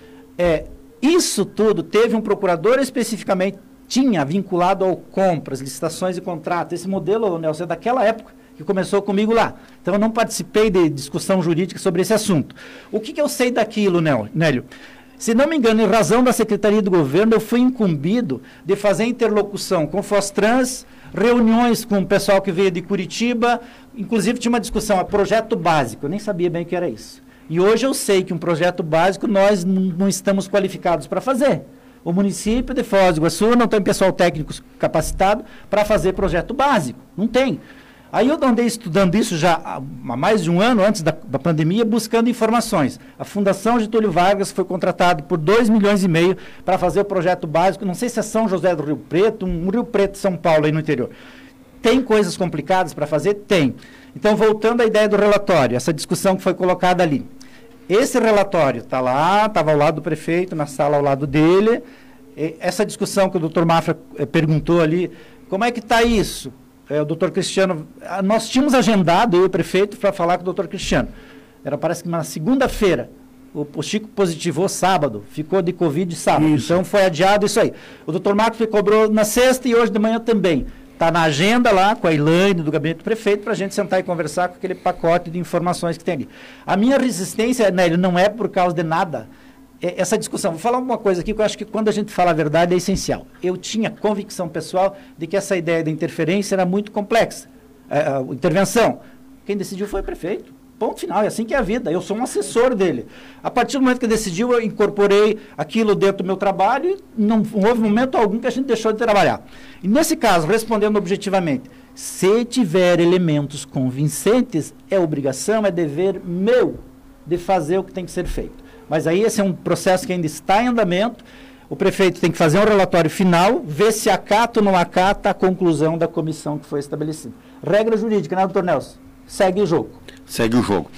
É, isso tudo teve um procurador especificamente, tinha vinculado ao compras, licitações e contratos. Esse modelo, Nelson, é daquela época que começou comigo lá. Então, eu não participei de discussão jurídica sobre esse assunto. O que, que eu sei daquilo, Nélio? Se não me engano, em razão da Secretaria do Governo, eu fui incumbido de fazer interlocução com o Fostrans, reuniões com o pessoal que veio de Curitiba, inclusive tinha uma discussão, a projeto básico, eu nem sabia bem o que era isso. E hoje eu sei que um projeto básico nós não estamos qualificados para fazer. O município de Foz do Iguaçu não tem pessoal técnico capacitado para fazer projeto básico, não tem. Aí eu andei estudando isso já há mais de um ano, antes da, da pandemia, buscando informações. A Fundação Getúlio Vargas foi contratada por dois milhões e meio para fazer o projeto básico, não sei se é São José do Rio Preto, um Rio Preto, São Paulo, aí no interior. Tem coisas complicadas para fazer? Tem. Então, voltando à ideia do relatório, essa discussão que foi colocada ali. Esse relatório está lá, estava ao lado do prefeito, na sala ao lado dele. E essa discussão que o doutor Mafra eh, perguntou ali, como é que está isso? É, o doutor Cristiano, nós tínhamos agendado, eu e o prefeito, para falar com o doutor Cristiano. Era, parece que na segunda-feira, o, o Chico positivou sábado, ficou de Covid sábado, isso. Então foi adiado isso aí. O doutor Marcos me cobrou na sexta e hoje de manhã também. Está na agenda lá com a Elaine, do gabinete do prefeito, para a gente sentar e conversar com aquele pacote de informações que tem ali. A minha resistência, Nélio, não é por causa de nada. Essa discussão, vou falar uma coisa aqui que eu acho que quando a gente fala a verdade é essencial. Eu tinha convicção pessoal de que essa ideia da interferência era muito complexa. É, a intervenção. Quem decidiu foi o prefeito. Ponto final, é assim que é a vida. Eu sou um assessor dele. A partir do momento que decidiu, eu incorporei aquilo dentro do meu trabalho e não, não houve momento algum que a gente deixou de trabalhar. E nesse caso, respondendo objetivamente, se tiver elementos convincentes, é obrigação, é dever meu de fazer o que tem que ser feito. Mas aí esse é um processo que ainda está em andamento. O prefeito tem que fazer um relatório final, ver se acata ou não acata a conclusão da comissão que foi estabelecida. Regra jurídica, né, doutor Nelson? Segue o jogo. Segue o jogo.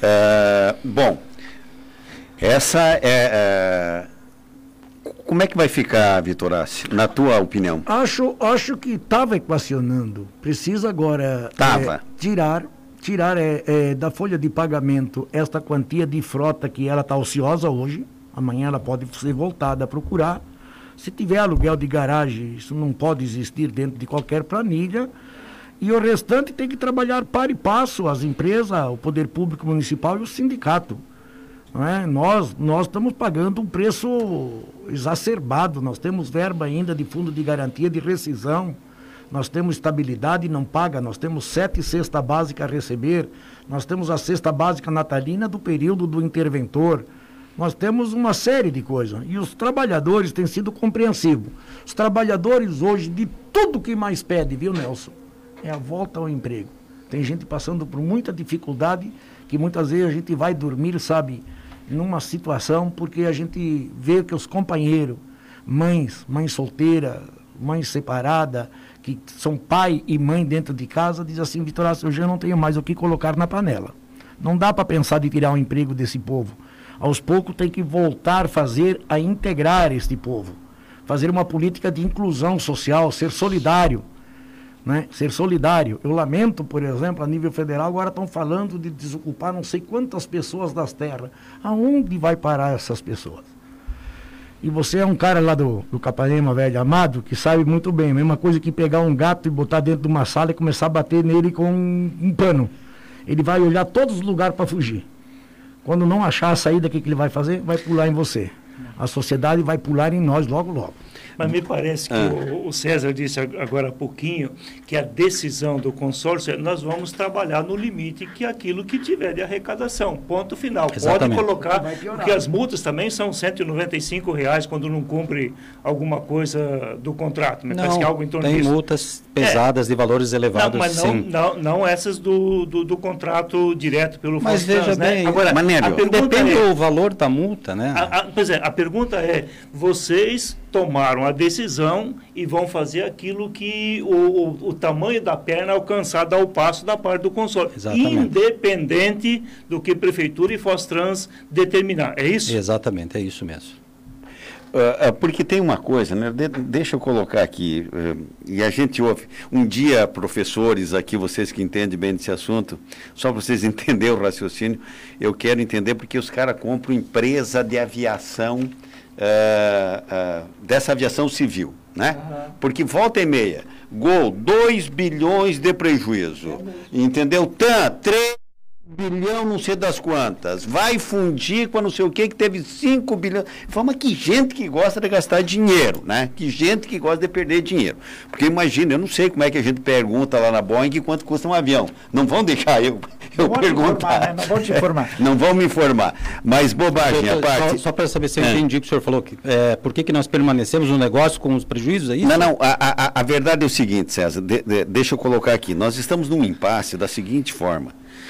É, bom, essa é, é... Como é que vai ficar, Vitor Assi, na tua opinião? Acho, acho que estava equacionando. Precisa agora Tava. É, tirar... tirar é, é, da folha de pagamento esta quantia de frota que ela está ociosa hoje, amanhã ela pode ser voltada a procurar. Se tiver aluguel de garagem, isso não pode existir dentro de qualquer planilha. E o restante tem que trabalhar par e passo, as empresas, o poder público municipal e o sindicato. Não é? Nós, nós estamos pagando um preço exacerbado, nós temos verba ainda de fundo de garantia de rescisão. Nós temos estabilidade e não paga, nós temos sete cesta básica a receber, nós temos a cesta básica natalina do período do interventor, nós temos uma série de coisas. E os trabalhadores têm sido compreensivos. Os trabalhadores hoje, de tudo que mais pede, viu, Nelson? É a volta ao emprego. Tem gente passando por muita dificuldade, que muitas vezes a gente vai dormir, sabe, numa situação, porque a gente vê que os companheiros, mães, mãe solteira, mãe separada, que são pai e mãe dentro de casa, diz assim, Vitor Assi, hoje eu não tenho mais o que colocar na panela. Não dá para pensar de tirar um emprego desse povo. Aos poucos tem que voltar a fazer, a integrar este povo. Fazer uma política de inclusão social, ser solidário. Né? Ser solidário. Eu lamento, por exemplo, a nível federal, agora estão falando de desocupar não sei quantas pessoas das terras. Aonde vai parar essas pessoas? E você é um cara lá do, do Capanema, velho, amado, que sabe muito bem. A mesma coisa que pegar um gato e botar dentro de uma sala e começar a bater nele com um, um pano. Ele vai olhar todos os lugares para fugir. Quando não achar a saída, o que, que ele vai fazer? Vai pular em você. A sociedade vai pular em nós logo, logo. Mas me parece que ah. o, o César disse agora há pouquinho que a decisão do consórcio é nós vamos trabalhar no limite que aquilo que tiver de arrecadação. Ponto final. Exatamente. Pode colocar, porque as multas também são cento e noventa e cinco reais quando não cumpre alguma coisa do contrato. Me não, parece que é algo em torno tem disso. multas pesadas é. de valores elevados, não, mas não, sim. Não, não essas do, do, do contrato direto pelo Mas Fostrans, veja né? bem, agora, Manélio, depende é, do valor da multa, né? A, a, pois é, a pergunta é, vocês tomaram a decisão e vão fazer aquilo que o, o, o tamanho da perna alcançado ao passo da parte do consórcio. Exatamente. Independente do que Prefeitura e Fostrans determinar. É isso? Exatamente, é isso mesmo. Uh, uh, porque tem uma coisa, né? De, deixa eu colocar aqui, uh, e a gente ouve, um dia, professores aqui, vocês que entendem bem desse assunto, só para vocês entenderem o raciocínio, eu quero entender porque os caras compram empresa de aviação, uh, uh, dessa aviação civil, né? Uhum. Porque volta e meia, Gol, dois bilhões de prejuízo, é entendeu? Tan, três bilhão não sei das quantas, vai fundir com não sei o que, que teve cinco bilhões. Fala, mas que gente que gosta de gastar dinheiro, né? Que gente que gosta de perder dinheiro. Porque imagina, eu não sei como é que a gente pergunta lá na Boeing quanto custa um avião. Não vão deixar eu, eu não perguntar. Informar, né? Não vão te informar. Não vão me informar. Mas bobagem à parte. Só, só para saber se eu é. entendi o que o senhor falou, que, é, por que, que nós permanecemos no negócio com os prejuízos, é isso? Não, não, a, a, a verdade é o seguinte, César, de, de, deixa eu colocar aqui. Nós estamos num impasse da seguinte forma.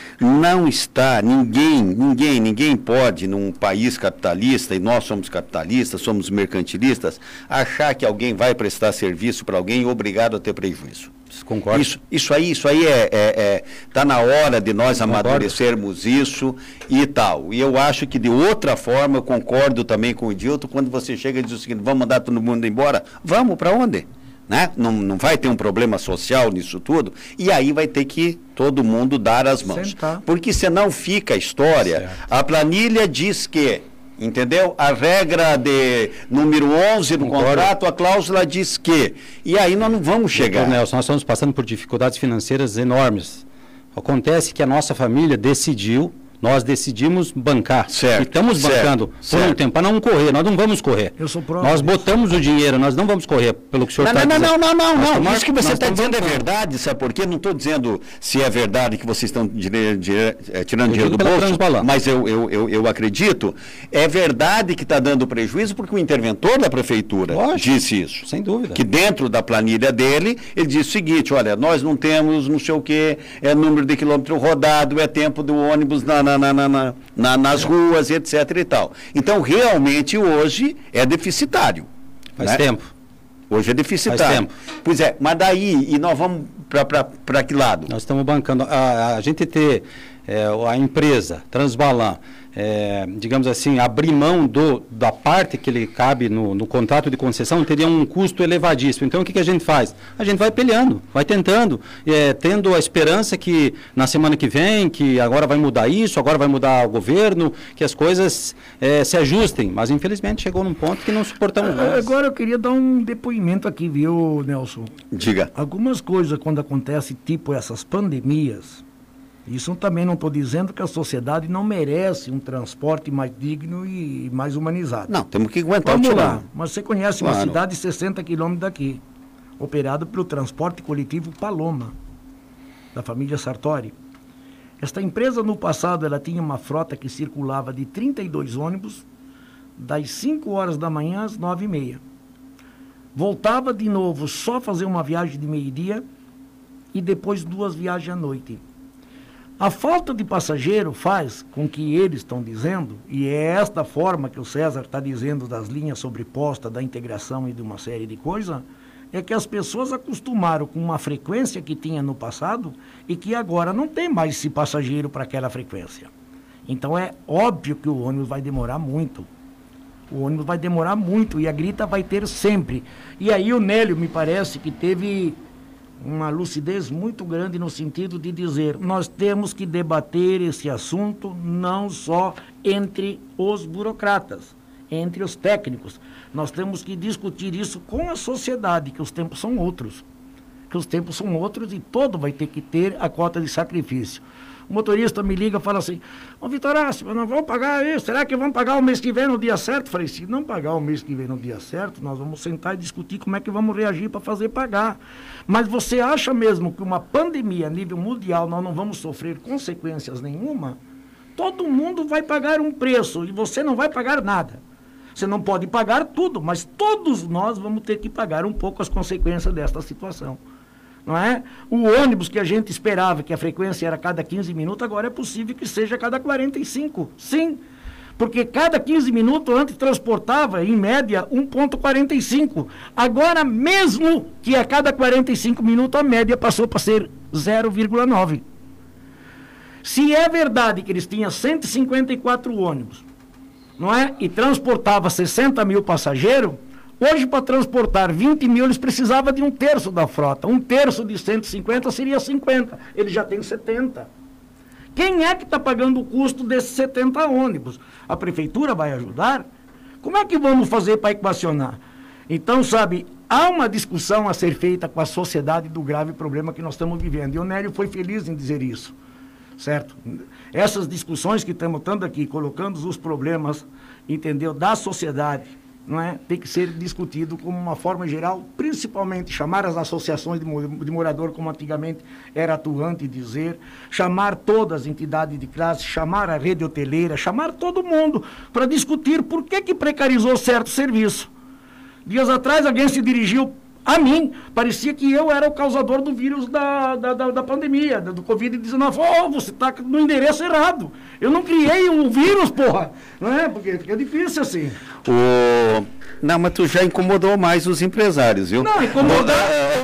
Não está, ninguém, ninguém, ninguém pode, num país capitalista, e nós somos capitalistas, somos mercantilistas, achar que alguém vai prestar serviço para alguém obrigado a ter prejuízo. Concordo. Isso, isso aí, isso aí é, é, é tá na hora de nós concordo. amadurecermos isso e tal. E eu acho que de outra forma, eu concordo também com o Edilton, quando você chega e diz o seguinte, vamos mandar todo mundo embora? Vamos, para onde? Né? Não, não vai ter um problema social nisso tudo, e aí vai ter que todo mundo dar as mãos. Sentar. Porque senão fica a história, certo. A planilha diz que, entendeu? A regra de número onze do Concordo. contrato, a cláusula diz que, e aí nós não vamos chegar. Doutor Nelson, nós estamos passando por dificuldades financeiras enormes. Acontece que a nossa família decidiu, nós decidimos bancar. Certo, e estamos bancando certo, por um tempo, para não correr, nós não vamos correr. Eu sou pró nós botamos o dinheiro, nós não vamos correr, pelo que o senhor está dizendo. Não, não, não, não, não. Tomar, isso que você está dizendo bancando. é verdade, sabe por quê? Não estou dizendo se é verdade que vocês estão dire, dire, é, tirando eu dinheiro do bolso, mas eu, eu, eu, eu acredito. É verdade que está dando prejuízo porque o interventor da prefeitura Lógico, disse isso. Sem dúvida. Que dentro da planilha dele, ele disse o seguinte, olha, nós não temos não sei o quê, é número de quilômetro rodado, é tempo do ônibus na... na, na, na, na Na, nas ruas, etc e tal. Então, realmente, hoje é deficitário. Faz né? tempo. Hoje é deficitário. Faz tempo. Pois é, mas daí, e nós vamos para que lado? Nós estamos bancando. A, a gente ter é, a empresa, Transbalan, é, digamos assim, abrir mão do, da parte que ele cabe no, no contrato de concessão, teria um custo elevadíssimo. Então, o que, que a gente faz? A gente vai peleando, vai tentando, é, tendo a esperança que na semana que vem, que agora vai mudar isso, agora vai mudar o governo, que as coisas é, se ajustem. Mas, infelizmente, chegou num ponto que não suportamos mais. Agora, eu queria dar um depoimento aqui, viu, Nelson? Diga. Algumas coisas, quando acontece, tipo essas pandemias, isso também não estou dizendo que a sociedade não merece um transporte mais digno e mais humanizado. Não, temos que aguentar Vamos o lá, mas você conhece claro. uma cidade de sessenta quilômetros daqui, operada pelo transporte coletivo Paloma, da família Sartori. Esta empresa, no passado, ela tinha uma frota que circulava de trinta e dois ônibus, das cinco horas da manhã às nove e meia. Voltava de novo só fazer uma viagem de meio-dia e depois duas viagens à noite. A falta de passageiro faz com que eles estão dizendo, e é esta forma que o César está dizendo das linhas sobrepostas, da integração e de uma série de coisas, é que as pessoas acostumaram com uma frequência que tinha no passado e que agora não tem mais esse passageiro para aquela frequência. Então é óbvio que o ônibus vai demorar muito. O ônibus vai demorar muito e a grita vai ter sempre. E aí o Nélio me parece que teve uma lucidez muito grande no sentido de dizer, nós temos que debater esse assunto não só entre os burocratas, entre os técnicos. Nós temos que discutir isso com a sociedade, que os tempos são outros. Que porque os tempos são outros e todo vai ter que ter a cota de sacrifício. O motorista me liga e fala assim, ô Vitorácio, nós vamos pagar isso, será que vamos pagar o mês que vem no dia certo? Eu falei, se não pagar o mês que vem no dia certo, nós vamos sentar e discutir como é que vamos reagir para fazer pagar. Mas você acha mesmo que uma pandemia a nível mundial nós não vamos sofrer consequências nenhuma? Todo mundo vai pagar um preço e você não vai pagar nada. Você não pode pagar tudo, mas todos nós vamos ter que pagar um pouco as consequências desta situação. Não é? O ônibus que a gente esperava, que a frequência era cada quinze minutos, agora é possível que seja cada quarenta e cinco. Sim, porque cada quinze minutos antes transportava, em média, um vírgula quarenta e cinco. Agora, mesmo que a cada quarenta e cinco minutos, a média passou para ser zero vírgula nove. Se é verdade que eles tinham cento e cinquenta e quatro ônibus, não é? E transportava sessenta mil passageiros, hoje, para transportar vinte mil, eles precisavam de um terço da frota. Um terço de cento e cinquenta seria cinquenta. Ele já tem setenta. Quem é que está pagando o custo desses setenta ônibus? A prefeitura vai ajudar? Como é que vamos fazer para equacionar? Então, sabe, há uma discussão a ser feita com a sociedade do grave problema que nós estamos vivendo. E o Nélio foi feliz em dizer isso, certo? Essas discussões que estamos estando aqui, colocando os problemas, entendeu, da sociedade, não é? Tem que ser discutido como uma forma geral, principalmente chamar as associações de, de morador, como antigamente era atuante dizer, chamar todas as entidades de classe, chamar a rede hoteleira, chamar todo mundo para discutir por que que precarizou certo serviço. Dias atrás alguém se dirigiu a mim, parecia que eu era o causador do vírus da, da, da, da pandemia, do covid dezenove. Oh, você está no endereço errado. Eu não criei o vírus, porra. Não é? Porque fica difícil assim. O... Não, mas tu já incomodou mais os empresários, viu? Não, incomodar...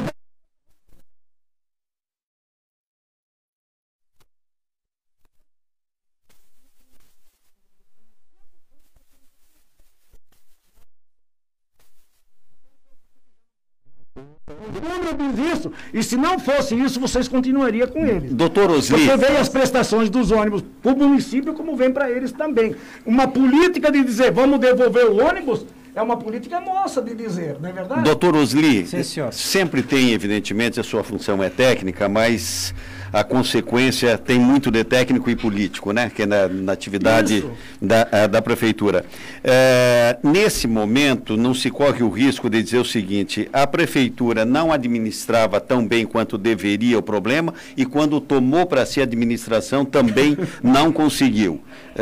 Isso. E se não fosse isso, vocês continuariam com eles. Doutor Osli. Porque veio as prestações dos ônibus para o município, como vem para eles também. Uma política de dizer, vamos devolver o ônibus, é uma política nossa de dizer, não é verdade? Doutor Osli, Sim, senhor. Sempre tem, evidentemente, a sua função é técnica, mas a consequência tem muito de técnico e político, né? Que é na, na atividade da, a, da prefeitura. É, nesse momento, não se corre o risco de dizer o seguinte, a prefeitura não administrava tão bem quanto deveria o problema e quando tomou para si a administração também não conseguiu.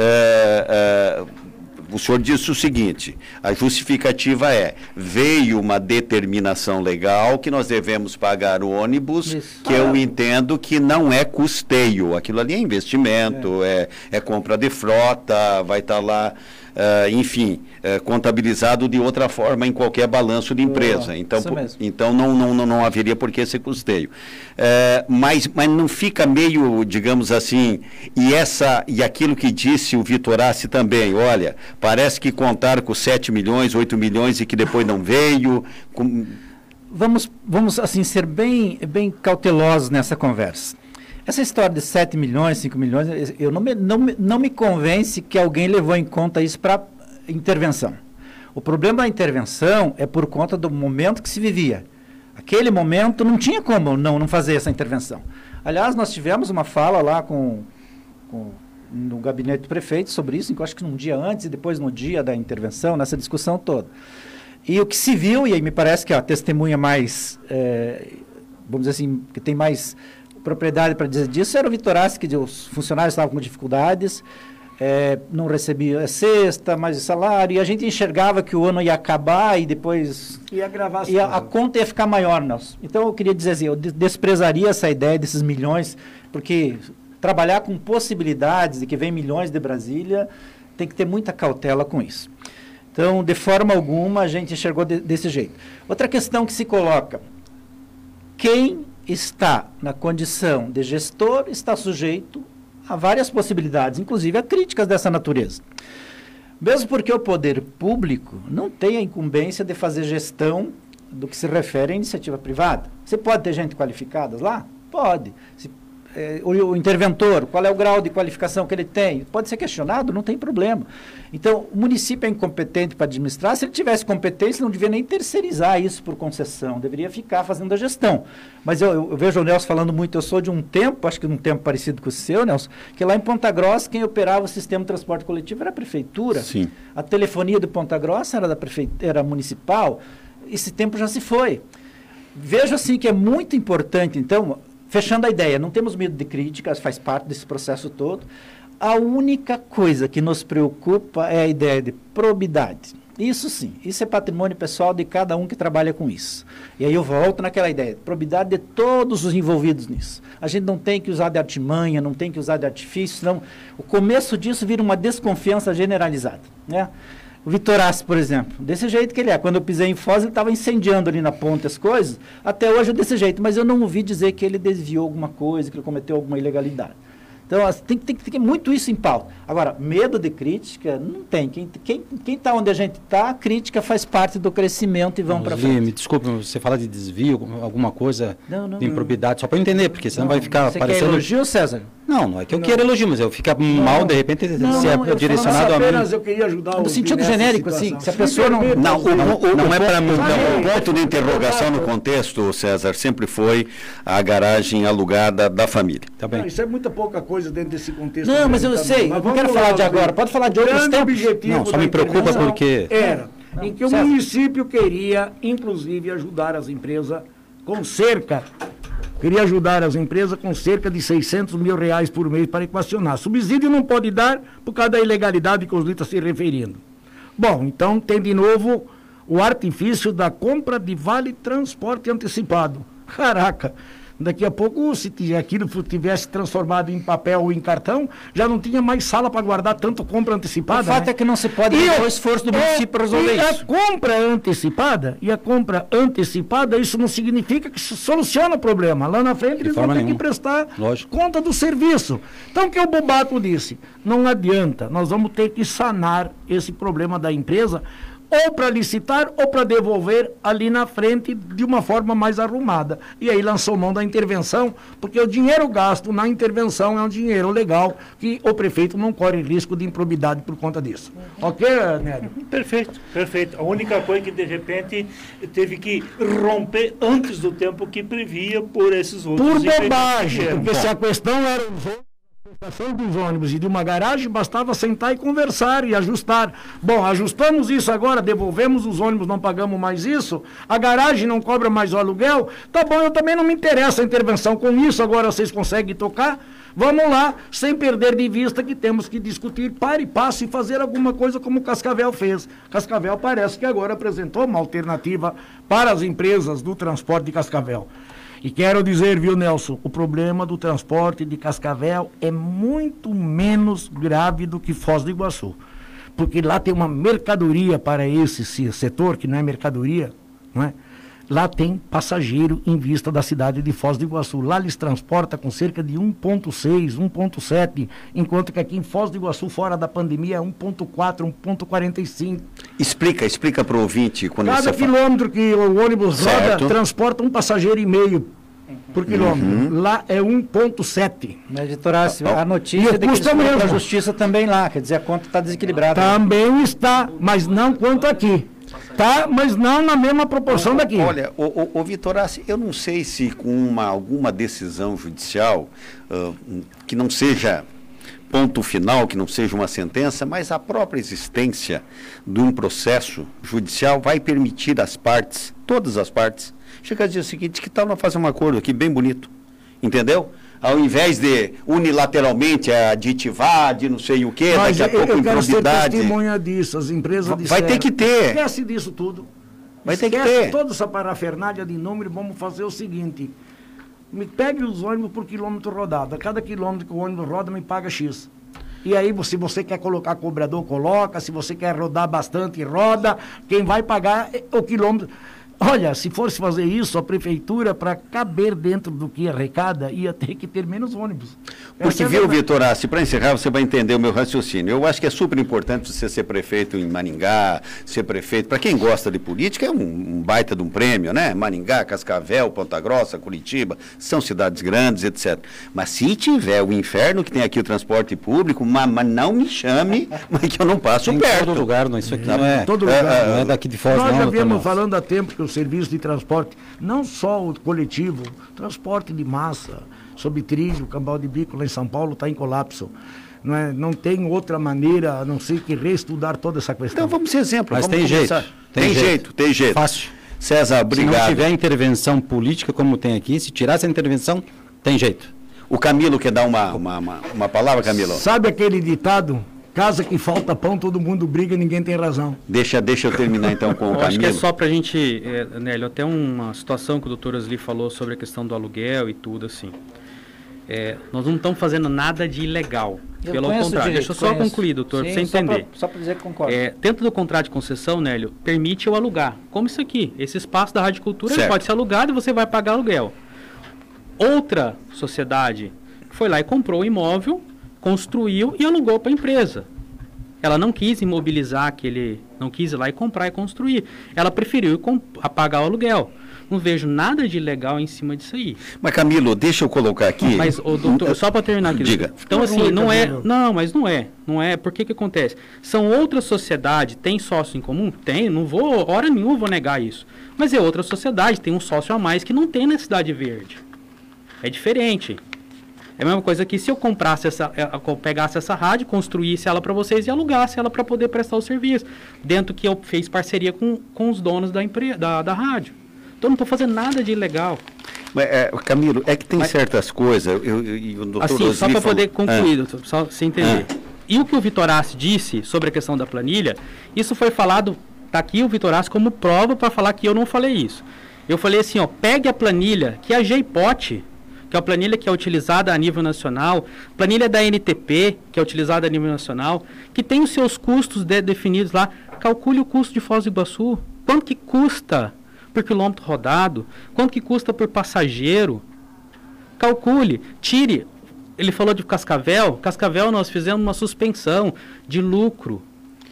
É, é, O senhor disse o seguinte, a justificativa é, veio uma determinação legal que nós devemos pagar o ônibus, Isso. que ah. eu entendo que não é custeio, aquilo ali é investimento, é, é, é compra de frota, vai estar tá lá, uh, enfim, uh, contabilizado de outra forma em qualquer balanço de empresa. Oh, então, por, então não, não, não, não haveria por que ser custeio. Uh, mas, mas não fica meio, digamos assim, e, essa, e aquilo que disse o Vitorácio também, olha... Parece que contaram com sete milhões, oito milhões e que depois não veio. Com... Vamos, vamos assim, ser bem, bem cautelosos nessa conversa. Essa história de sete milhões, cinco milhões, eu não me, não, me, não me convence que alguém levou em conta isso para intervenção. O problema da intervenção é por conta do momento que se vivia. Aquele momento não tinha como não, não fazer essa intervenção. Aliás, nós tivemos uma fala lá com... com no gabinete do prefeito sobre isso, acho que num dia antes e depois no dia da intervenção, nessa discussão toda. E o que se viu, e aí me parece que a testemunha mais, é, vamos dizer assim, que tem mais propriedade para dizer disso, era o Vitorácio, que os funcionários estavam com dificuldades, é, não recebia cesta, mais salário, e a gente enxergava que o ano ia acabar e depois... Ia agravar e a, a conta ia ficar maior, Nelson. Então eu queria dizer assim, eu desprezaria essa ideia desses milhões, porque... Trabalhar com possibilidades de que vem milhões de Brasília, tem que ter muita cautela com isso. Então, de forma alguma, a gente enxergou de, desse jeito. Outra questão que se coloca, quem está na condição de gestor está sujeito a várias possibilidades, inclusive a críticas dessa natureza. Mesmo porque o poder público não tem a incumbência de fazer gestão do que se refere à iniciativa privada. Você pode ter gente qualificada lá? Pode. Se é, o, o interventor, qual é o grau de qualificação que ele tem? Pode ser questionado, não tem problema. Então, o município é incompetente para administrar. Se ele tivesse competência, não devia nem terceirizar isso por concessão, deveria ficar fazendo a gestão. Mas eu, eu, eu vejo o Nelson falando muito, eu sou de um tempo, acho que um tempo parecido com o seu, Nelson, que lá em Ponta Grossa, quem operava o sistema de transporte coletivo era a prefeitura. Sim. A telefonia de Ponta Grossa era da prefeitura, era municipal. Esse tempo já se foi. Vejo assim que é muito importante, então, fechando a ideia, não temos medo de críticas, faz parte desse processo todo. A única coisa que nos preocupa é a ideia de probidade. Isso sim, isso é patrimônio pessoal de cada um que trabalha com isso. E aí eu volto naquela ideia, probidade de todos os envolvidos nisso. A gente não tem que usar de artimanha, não tem que usar de artifício, senão o começo disso vira uma desconfiança generalizada, né? O Vitorassi, por exemplo, desse jeito que ele é. Quando eu pisei em Foz, ele estava incendiando ali na ponte as coisas. Até hoje é desse jeito, mas eu não ouvi dizer que ele desviou alguma coisa, que ele cometeu alguma ilegalidade. Então, assim, tem, tem, tem que ter muito isso em pauta. Agora, medo de crítica, não tem. Quem está quem, quem tá onde a gente está, a crítica faz parte do crescimento e vão para frente. Me desculpe, você fala de desvio, alguma coisa não, não, de improbidade, só para eu entender, porque senão não, vai ficar você parecendo... Quer elogio, César? Não, não é que eu não. queira elogio, mas eu fico mal, de repente, não, se é não, direcionado a mim. Apenas eu queria ajudar no sentido genérico, assim, se a pessoa não... Não, o, o, não o, é para mim. não, O ponto de interrogação no contexto, César, sempre foi a garagem alugada da família. Tá bem. Não, isso é muita pouca coisa dentro desse contexto. Não, mas eu sei, eu não quero falar de agora, pode falar de outros tempos. Não, só me preocupa porque... Era não, em que o César. município queria, inclusive, ajudar as empresas com cerca, queria ajudar as empresas com cerca de seiscentos mil reais por mês para equacionar. Subsídio não pode dar por causa da ilegalidade que o Osli está se referindo. Bom, então tem de novo o artifício da compra de vale transporte antecipado. Caraca! Daqui a pouco, se aquilo tivesse transformado em papel ou em cartão, já não tinha mais sala para guardar tanto compra antecipada. O fato né? é que não se pode ter o esforço do município para resolver e isso. a compra antecipada, e a compra antecipada, isso não significa que soluciona o problema. Lá na frente eles vão ter nenhuma. que prestar Lógico. conta do serviço. Então, o que o Bobato disse? Não adianta, nós vamos ter que sanar esse problema da empresa, ou para licitar ou para devolver ali na frente de uma forma mais arrumada. E aí lançou mão da intervenção, porque o dinheiro gasto na intervenção é um dinheiro legal, que o prefeito não corre risco de improbidade por conta disso. Ok, Nélio? Perfeito, perfeito. A única coisa que, de repente, teve que romper antes do tempo que previa por esses outros... Por bobagem, que porque se a questão era a estação dos ônibus e de uma garagem, bastava sentar e conversar e ajustar. Bom, ajustamos isso agora, devolvemos os ônibus, não pagamos mais isso, a garagem não cobra mais o aluguel, tá bom, eu também não me interessa a intervenção com isso, agora vocês conseguem tocar, vamos lá, sem perder de vista que temos que discutir para e passo e fazer alguma coisa como o Cascavel fez. Cascavel parece que agora apresentou uma alternativa para as empresas do transporte de Cascavel. E quero dizer, viu, Nelson, o problema do transporte de Cascavel é muito menos grave do que Foz do Iguaçu. Porque lá tem uma mercadoria para esse setor, que não é mercadoria, não é? Lá tem passageiro em vista da cidade de Foz do Iguaçu. Lá eles transportam com cerca de um ponto seis, um ponto sete, enquanto que aqui em Foz do Iguaçu, fora da pandemia, é um ponto quatro, um ponto quarenta e cinco. Explica, explica para o ouvinte. Quando Cada você quilômetro fala... que o ônibus certo. roda, transporta um passageiro e meio por quilômetro. Uhum. Lá é um ponto sete. Mas, Vitorassi, a notícia é de que eles foram para a justiça também lá, quer dizer, a conta está desequilibrada. Também está, mas não quanto aqui. Tá, mas não na mesma proporção daqui. Olha, o, o, o Vitorassi, eu não sei se com uma, alguma decisão judicial, uh, que não seja ponto final, que não seja uma sentença, mas a própria existência de um processo judicial vai permitir às partes, todas as partes, chegar a dizer o seguinte, que tal nós fazer um acordo aqui bem bonito, entendeu? Ao invés de unilateralmente aditivar, de não sei o quê, mas daqui a eu, pouco eu quero improvidade. ser testemunha disso, as empresas disseram, vai ter que ter. Esquece disso tudo. Vai ter Esquece que ter. toda essa parafernália de número, vamos fazer o seguinte, me pegue os ônibus por quilômetro rodado, a cada quilômetro que o ônibus roda me paga X. E aí, se você quer colocar cobrador, coloca, se você quer rodar bastante, roda, quem vai pagar é o quilômetro. Olha, se fosse fazer isso, a prefeitura, para caber dentro do que arrecada, ia ter que ter menos ônibus. Porque, é viu, verdade. Vitor Assi, para encerrar, você vai entender o meu raciocínio. Eu acho que é super importante você ser prefeito em Maringá, ser prefeito. Para quem gosta de política, é um, um baita de um prêmio, né? Maringá, Cascavel, Ponta Grossa, Curitiba, são cidades grandes, etcétera. Mas se tiver o inferno que tem aqui o transporte público, mas, mas não me chame, mas que eu não passo Em perto. todo lugar, não, isso aqui não é, todo é, lugar. não é daqui de Foz, Nós não, já doutor viemos Nelson. falando há tempo que o serviço de transporte, não só o coletivo, transporte de massa, sob trilho, cambal de bico lá em São Paulo está em colapso. Não, é, não tem outra maneira a não ser que reestudar toda essa questão. Então vamos ser exemplo. Mas vamos tem começar. jeito. Tem, jeito, tem jeito. Fácil. César, Se obrigado. não tiver intervenção política como tem aqui, se tirar essa intervenção, tem jeito. O Camilo quer dar uma, uma, uma, uma palavra, Camilo? Sabe aquele ditado? Casa que falta pão, todo mundo briga, ninguém tem razão. Deixa, deixa eu terminar então com o Eu Camilo. acho que é só para a gente, é, Nélio, até uma situação que o doutor Osli falou sobre a questão do aluguel e tudo assim. É, nós não estamos fazendo nada de ilegal, Eu pelo conheço contrário. direito, Deixa eu só conheço. concluir, doutor, Sim, para você entender. Só para dizer que concordo. É, dentro do contrato de concessão, Nélio, permite eu alugar. Como isso aqui, esse espaço da Rádio Cultura ele Certo. pode ser alugado e você vai pagar aluguel. Outra sociedade foi lá e comprou o imóvel, construiu e alugou para a empresa. Ela não quis imobilizar aquele, não quis ir lá e comprar e construir. Ela preferiu comp- a pagar o aluguel. Não vejo nada de ilegal em cima disso aí. Mas, Camilo, deixa eu colocar aqui. Mas, ô, doutor, só para terminar aqui. Diga. Então, assim, ruim, não é. Camilo. Não, mas não é. Não é. Por que que acontece? São outras sociedades, tem sócio em comum? Tem, não vou, hora nenhuma vou negar isso. Mas é outra sociedade, tem um sócio a mais que não tem na Cidade Verde. É diferente. É a mesma coisa que se eu comprasse essa, eu pegasse essa rádio, construísse ela para vocês e alugasse ela para poder prestar o serviço. Dentro que eu fiz parceria com, com os donos da, empre, da, da rádio. Então não estou fazendo nada de ilegal. Mas, é, Camilo, é que tem Mas- certas coisas. Eu, eu, e o doutor Assim, só Osli para falou- poder concluir, Ah, doutor, só você entender. E o que o Vitorassi disse sobre a questão da planilha, isso foi falado, está aqui o Vitorassi como prova para falar que eu não falei isso. Eu falei assim, ó, pegue a planilha, que é a G I P O T, que é a planilha que é utilizada a nível nacional, planilha da N T P, que é utilizada a nível nacional, que tem os seus custos de- definidos lá. Calcule o custo de Foz do Iguaçu. Quanto que custa por quilômetro rodado? Quanto que custa por passageiro? Calcule, tire. Ele falou de Cascavel. Cascavel nós fizemos uma suspensão de lucro.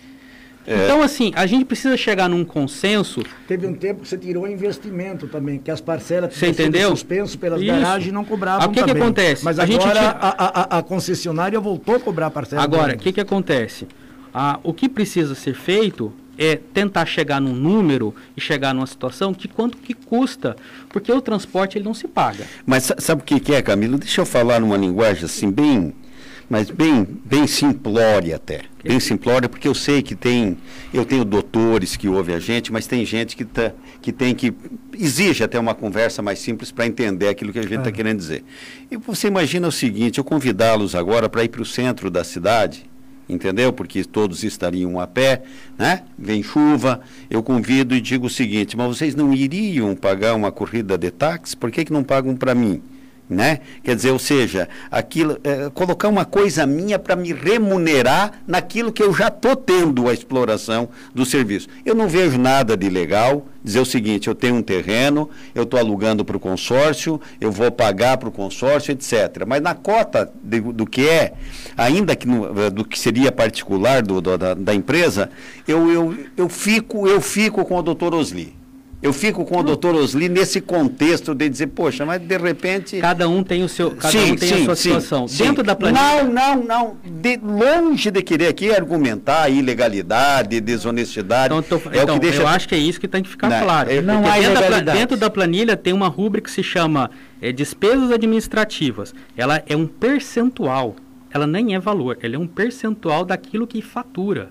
É. Então, assim, a gente precisa chegar num consenso. Teve um tempo que você tirou investimento também, que as parcelas Você tinham sido entendeu? suspenso pelas Isso. garagens e não cobravam Ah, o que que também. acontece? Mas A gente agora tira- a, a, a concessionária voltou a cobrar a parcela. Agora, o dele. que, que acontece? Ah, o que precisa ser feito é tentar chegar num número e chegar numa situação que quanto que custa, porque o transporte ele não se paga. Mas sa- sabe o que, que é, Camilo? Deixa eu falar numa linguagem assim, bem, mas bem, bem simplória até. Bem simplória, porque eu sei que tem, eu tenho doutores que ouvem a gente, mas tem gente que, tá, que tem que, exige até uma conversa mais simples para entender aquilo que a gente está querendo dizer. E você imagina o seguinte, eu convidá-los agora para ir para o centro da cidade, entendeu? Porque todos estariam a pé, né? Vem chuva, eu convido e digo o seguinte, mas vocês não iriam pagar uma corrida de táxi? Por que que não pagam para mim? Né? Quer dizer, ou seja, aquilo, é, colocar uma coisa minha para me remunerar naquilo que eu já estou tendo a exploração do serviço. Eu não vejo nada de legal dizer o seguinte, eu tenho um terreno, eu estou alugando para o consórcio, eu vou pagar para o consórcio, etcétera. Mas na cota de, do que é, ainda que no, do que seria particular do, do, da, da empresa, eu, eu, eu, fico, eu fico com o doutor Osli. Eu fico com o doutor Osli nesse contexto de dizer, poxa, mas de repente... Cada um tem o seu, cada Sim, um tem sim, a sua sim, situação. sim. Dentro da planilha. Não, não, não. De, longe de querer aqui argumentar ilegalidade, desonestidade. Então, tô- é então, o que deixa... eu acho que é isso que tem que ficar Não, claro. eu- Não Porque há dentro, da, pla- ilegalidade. dentro da planilha tem uma rúbrica que se chama é, despesas administrativas. Ela é um percentual. Ela nem é valor. Ela é um percentual daquilo que fatura.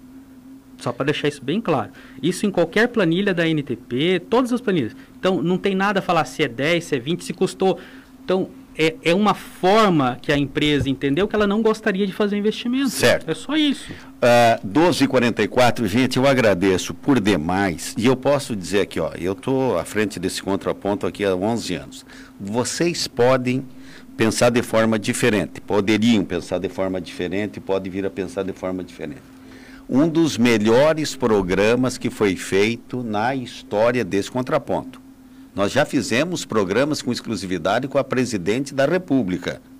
Só para deixar isso bem claro. Isso em qualquer planilha da N T P, todas as planilhas. Então, não tem nada a falar se é dez, se é vinte, se custou. Então, é, é uma forma que a empresa entendeu que ela não gostaria de fazer investimento. Certo. É só isso. Ah, doze e quarenta e quatro, gente, eu agradeço por demais. E eu posso dizer aqui, ó, eu estou à frente desse contraponto aqui há onze anos. Vocês podem pensar de forma diferente, poderiam pensar de forma diferente, podem vir a pensar de forma diferente. Um dos melhores programas que foi feito na história desse contraponto. Nós já fizemos programas com exclusividade com a presidente da República.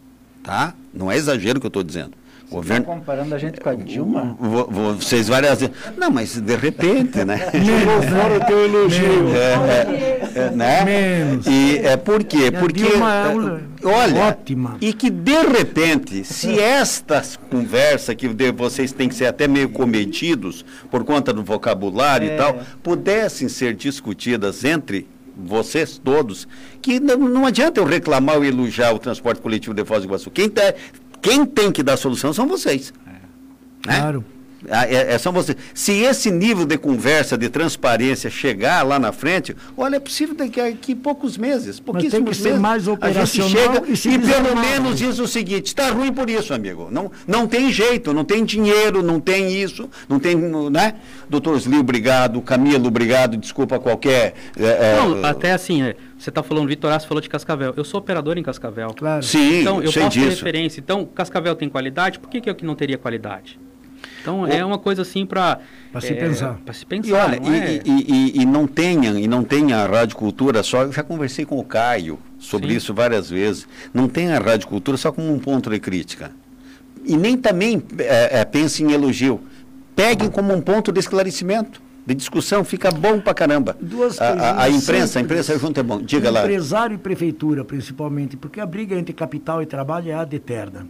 tá? Não é exagero o que eu estou dizendo. Você governo... está comparando a gente com a Dilma? Vou, vou, vocês várias vezes... Não, mas de repente, né? Jogou fora o teu elogio. É, é, é, né? Menos. E é por quê? Porque, é olha, ótima. E que de repente, se estas conversas que de, vocês têm que ser até meio comedidos por conta do vocabulário é. e tal, pudessem ser discutidas entre vocês todos, que não, não adianta eu reclamar ou elogiar o transporte coletivo de Foz do Iguaçu. Quem tá, Quem tem que dar solução são vocês. É. Né? Claro. É, é, são vocês. Se esse nível de conversa, de transparência chegar lá na frente, olha, é possível daqui a daqui poucos meses, pouquíssimos meses, ser mais operacional a gente chega e, e pelo menos diz o seguinte, está ruim por isso, amigo. Não, não tem jeito, não tem dinheiro, não tem isso, não tem, né? Doutor Slio, obrigado, Camilo, obrigado, desculpa qualquer... É, não, até assim, é, você está falando, Vitor Aço falou de Cascavel, eu sou operador em Cascavel. Claro. Sim, então, eu sei posso ter disso. referência. Então, Cascavel tem qualidade, por que, que eu que não teria qualidade? Então, é uma coisa assim para... Para se é, pensar. Para se pensar, e, olha, não e, é... e, e, e não tenha, e não tenha a Rádio Cultura só... Eu já conversei com o Caio sobre Sim. isso várias vezes. Não tenha a Rádio Cultura só como um ponto de crítica. E nem também é, é, pense em elogio. Peguem como um ponto de esclarecimento, de discussão. Fica bom pra caramba. Duas a, a, a imprensa, a imprensa junto é bom. Diga lá. Empresário e prefeitura, principalmente, porque a briga entre capital e trabalho é ad eterna.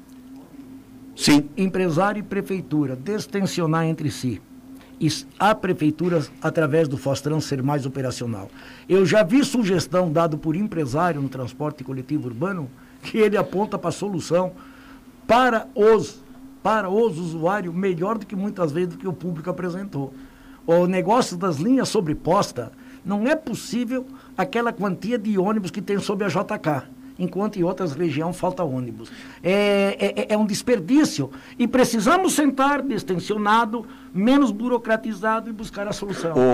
Sim. Empresário e prefeitura, destensionar entre si. E a prefeitura, através do Fostran, ser mais operacional. Eu já vi sugestão dada por empresário no transporte coletivo urbano, que ele aponta para a solução para os, para os usuários, melhor do que muitas vezes do que o público apresentou. O negócio das linhas sobreposta, não é possível aquela quantia de ônibus que tem sob a J K. Enquanto em outras regiões falta ônibus. É, é, é um desperdício. E precisamos sentar destensionado, menos burocratizado e buscar a solução.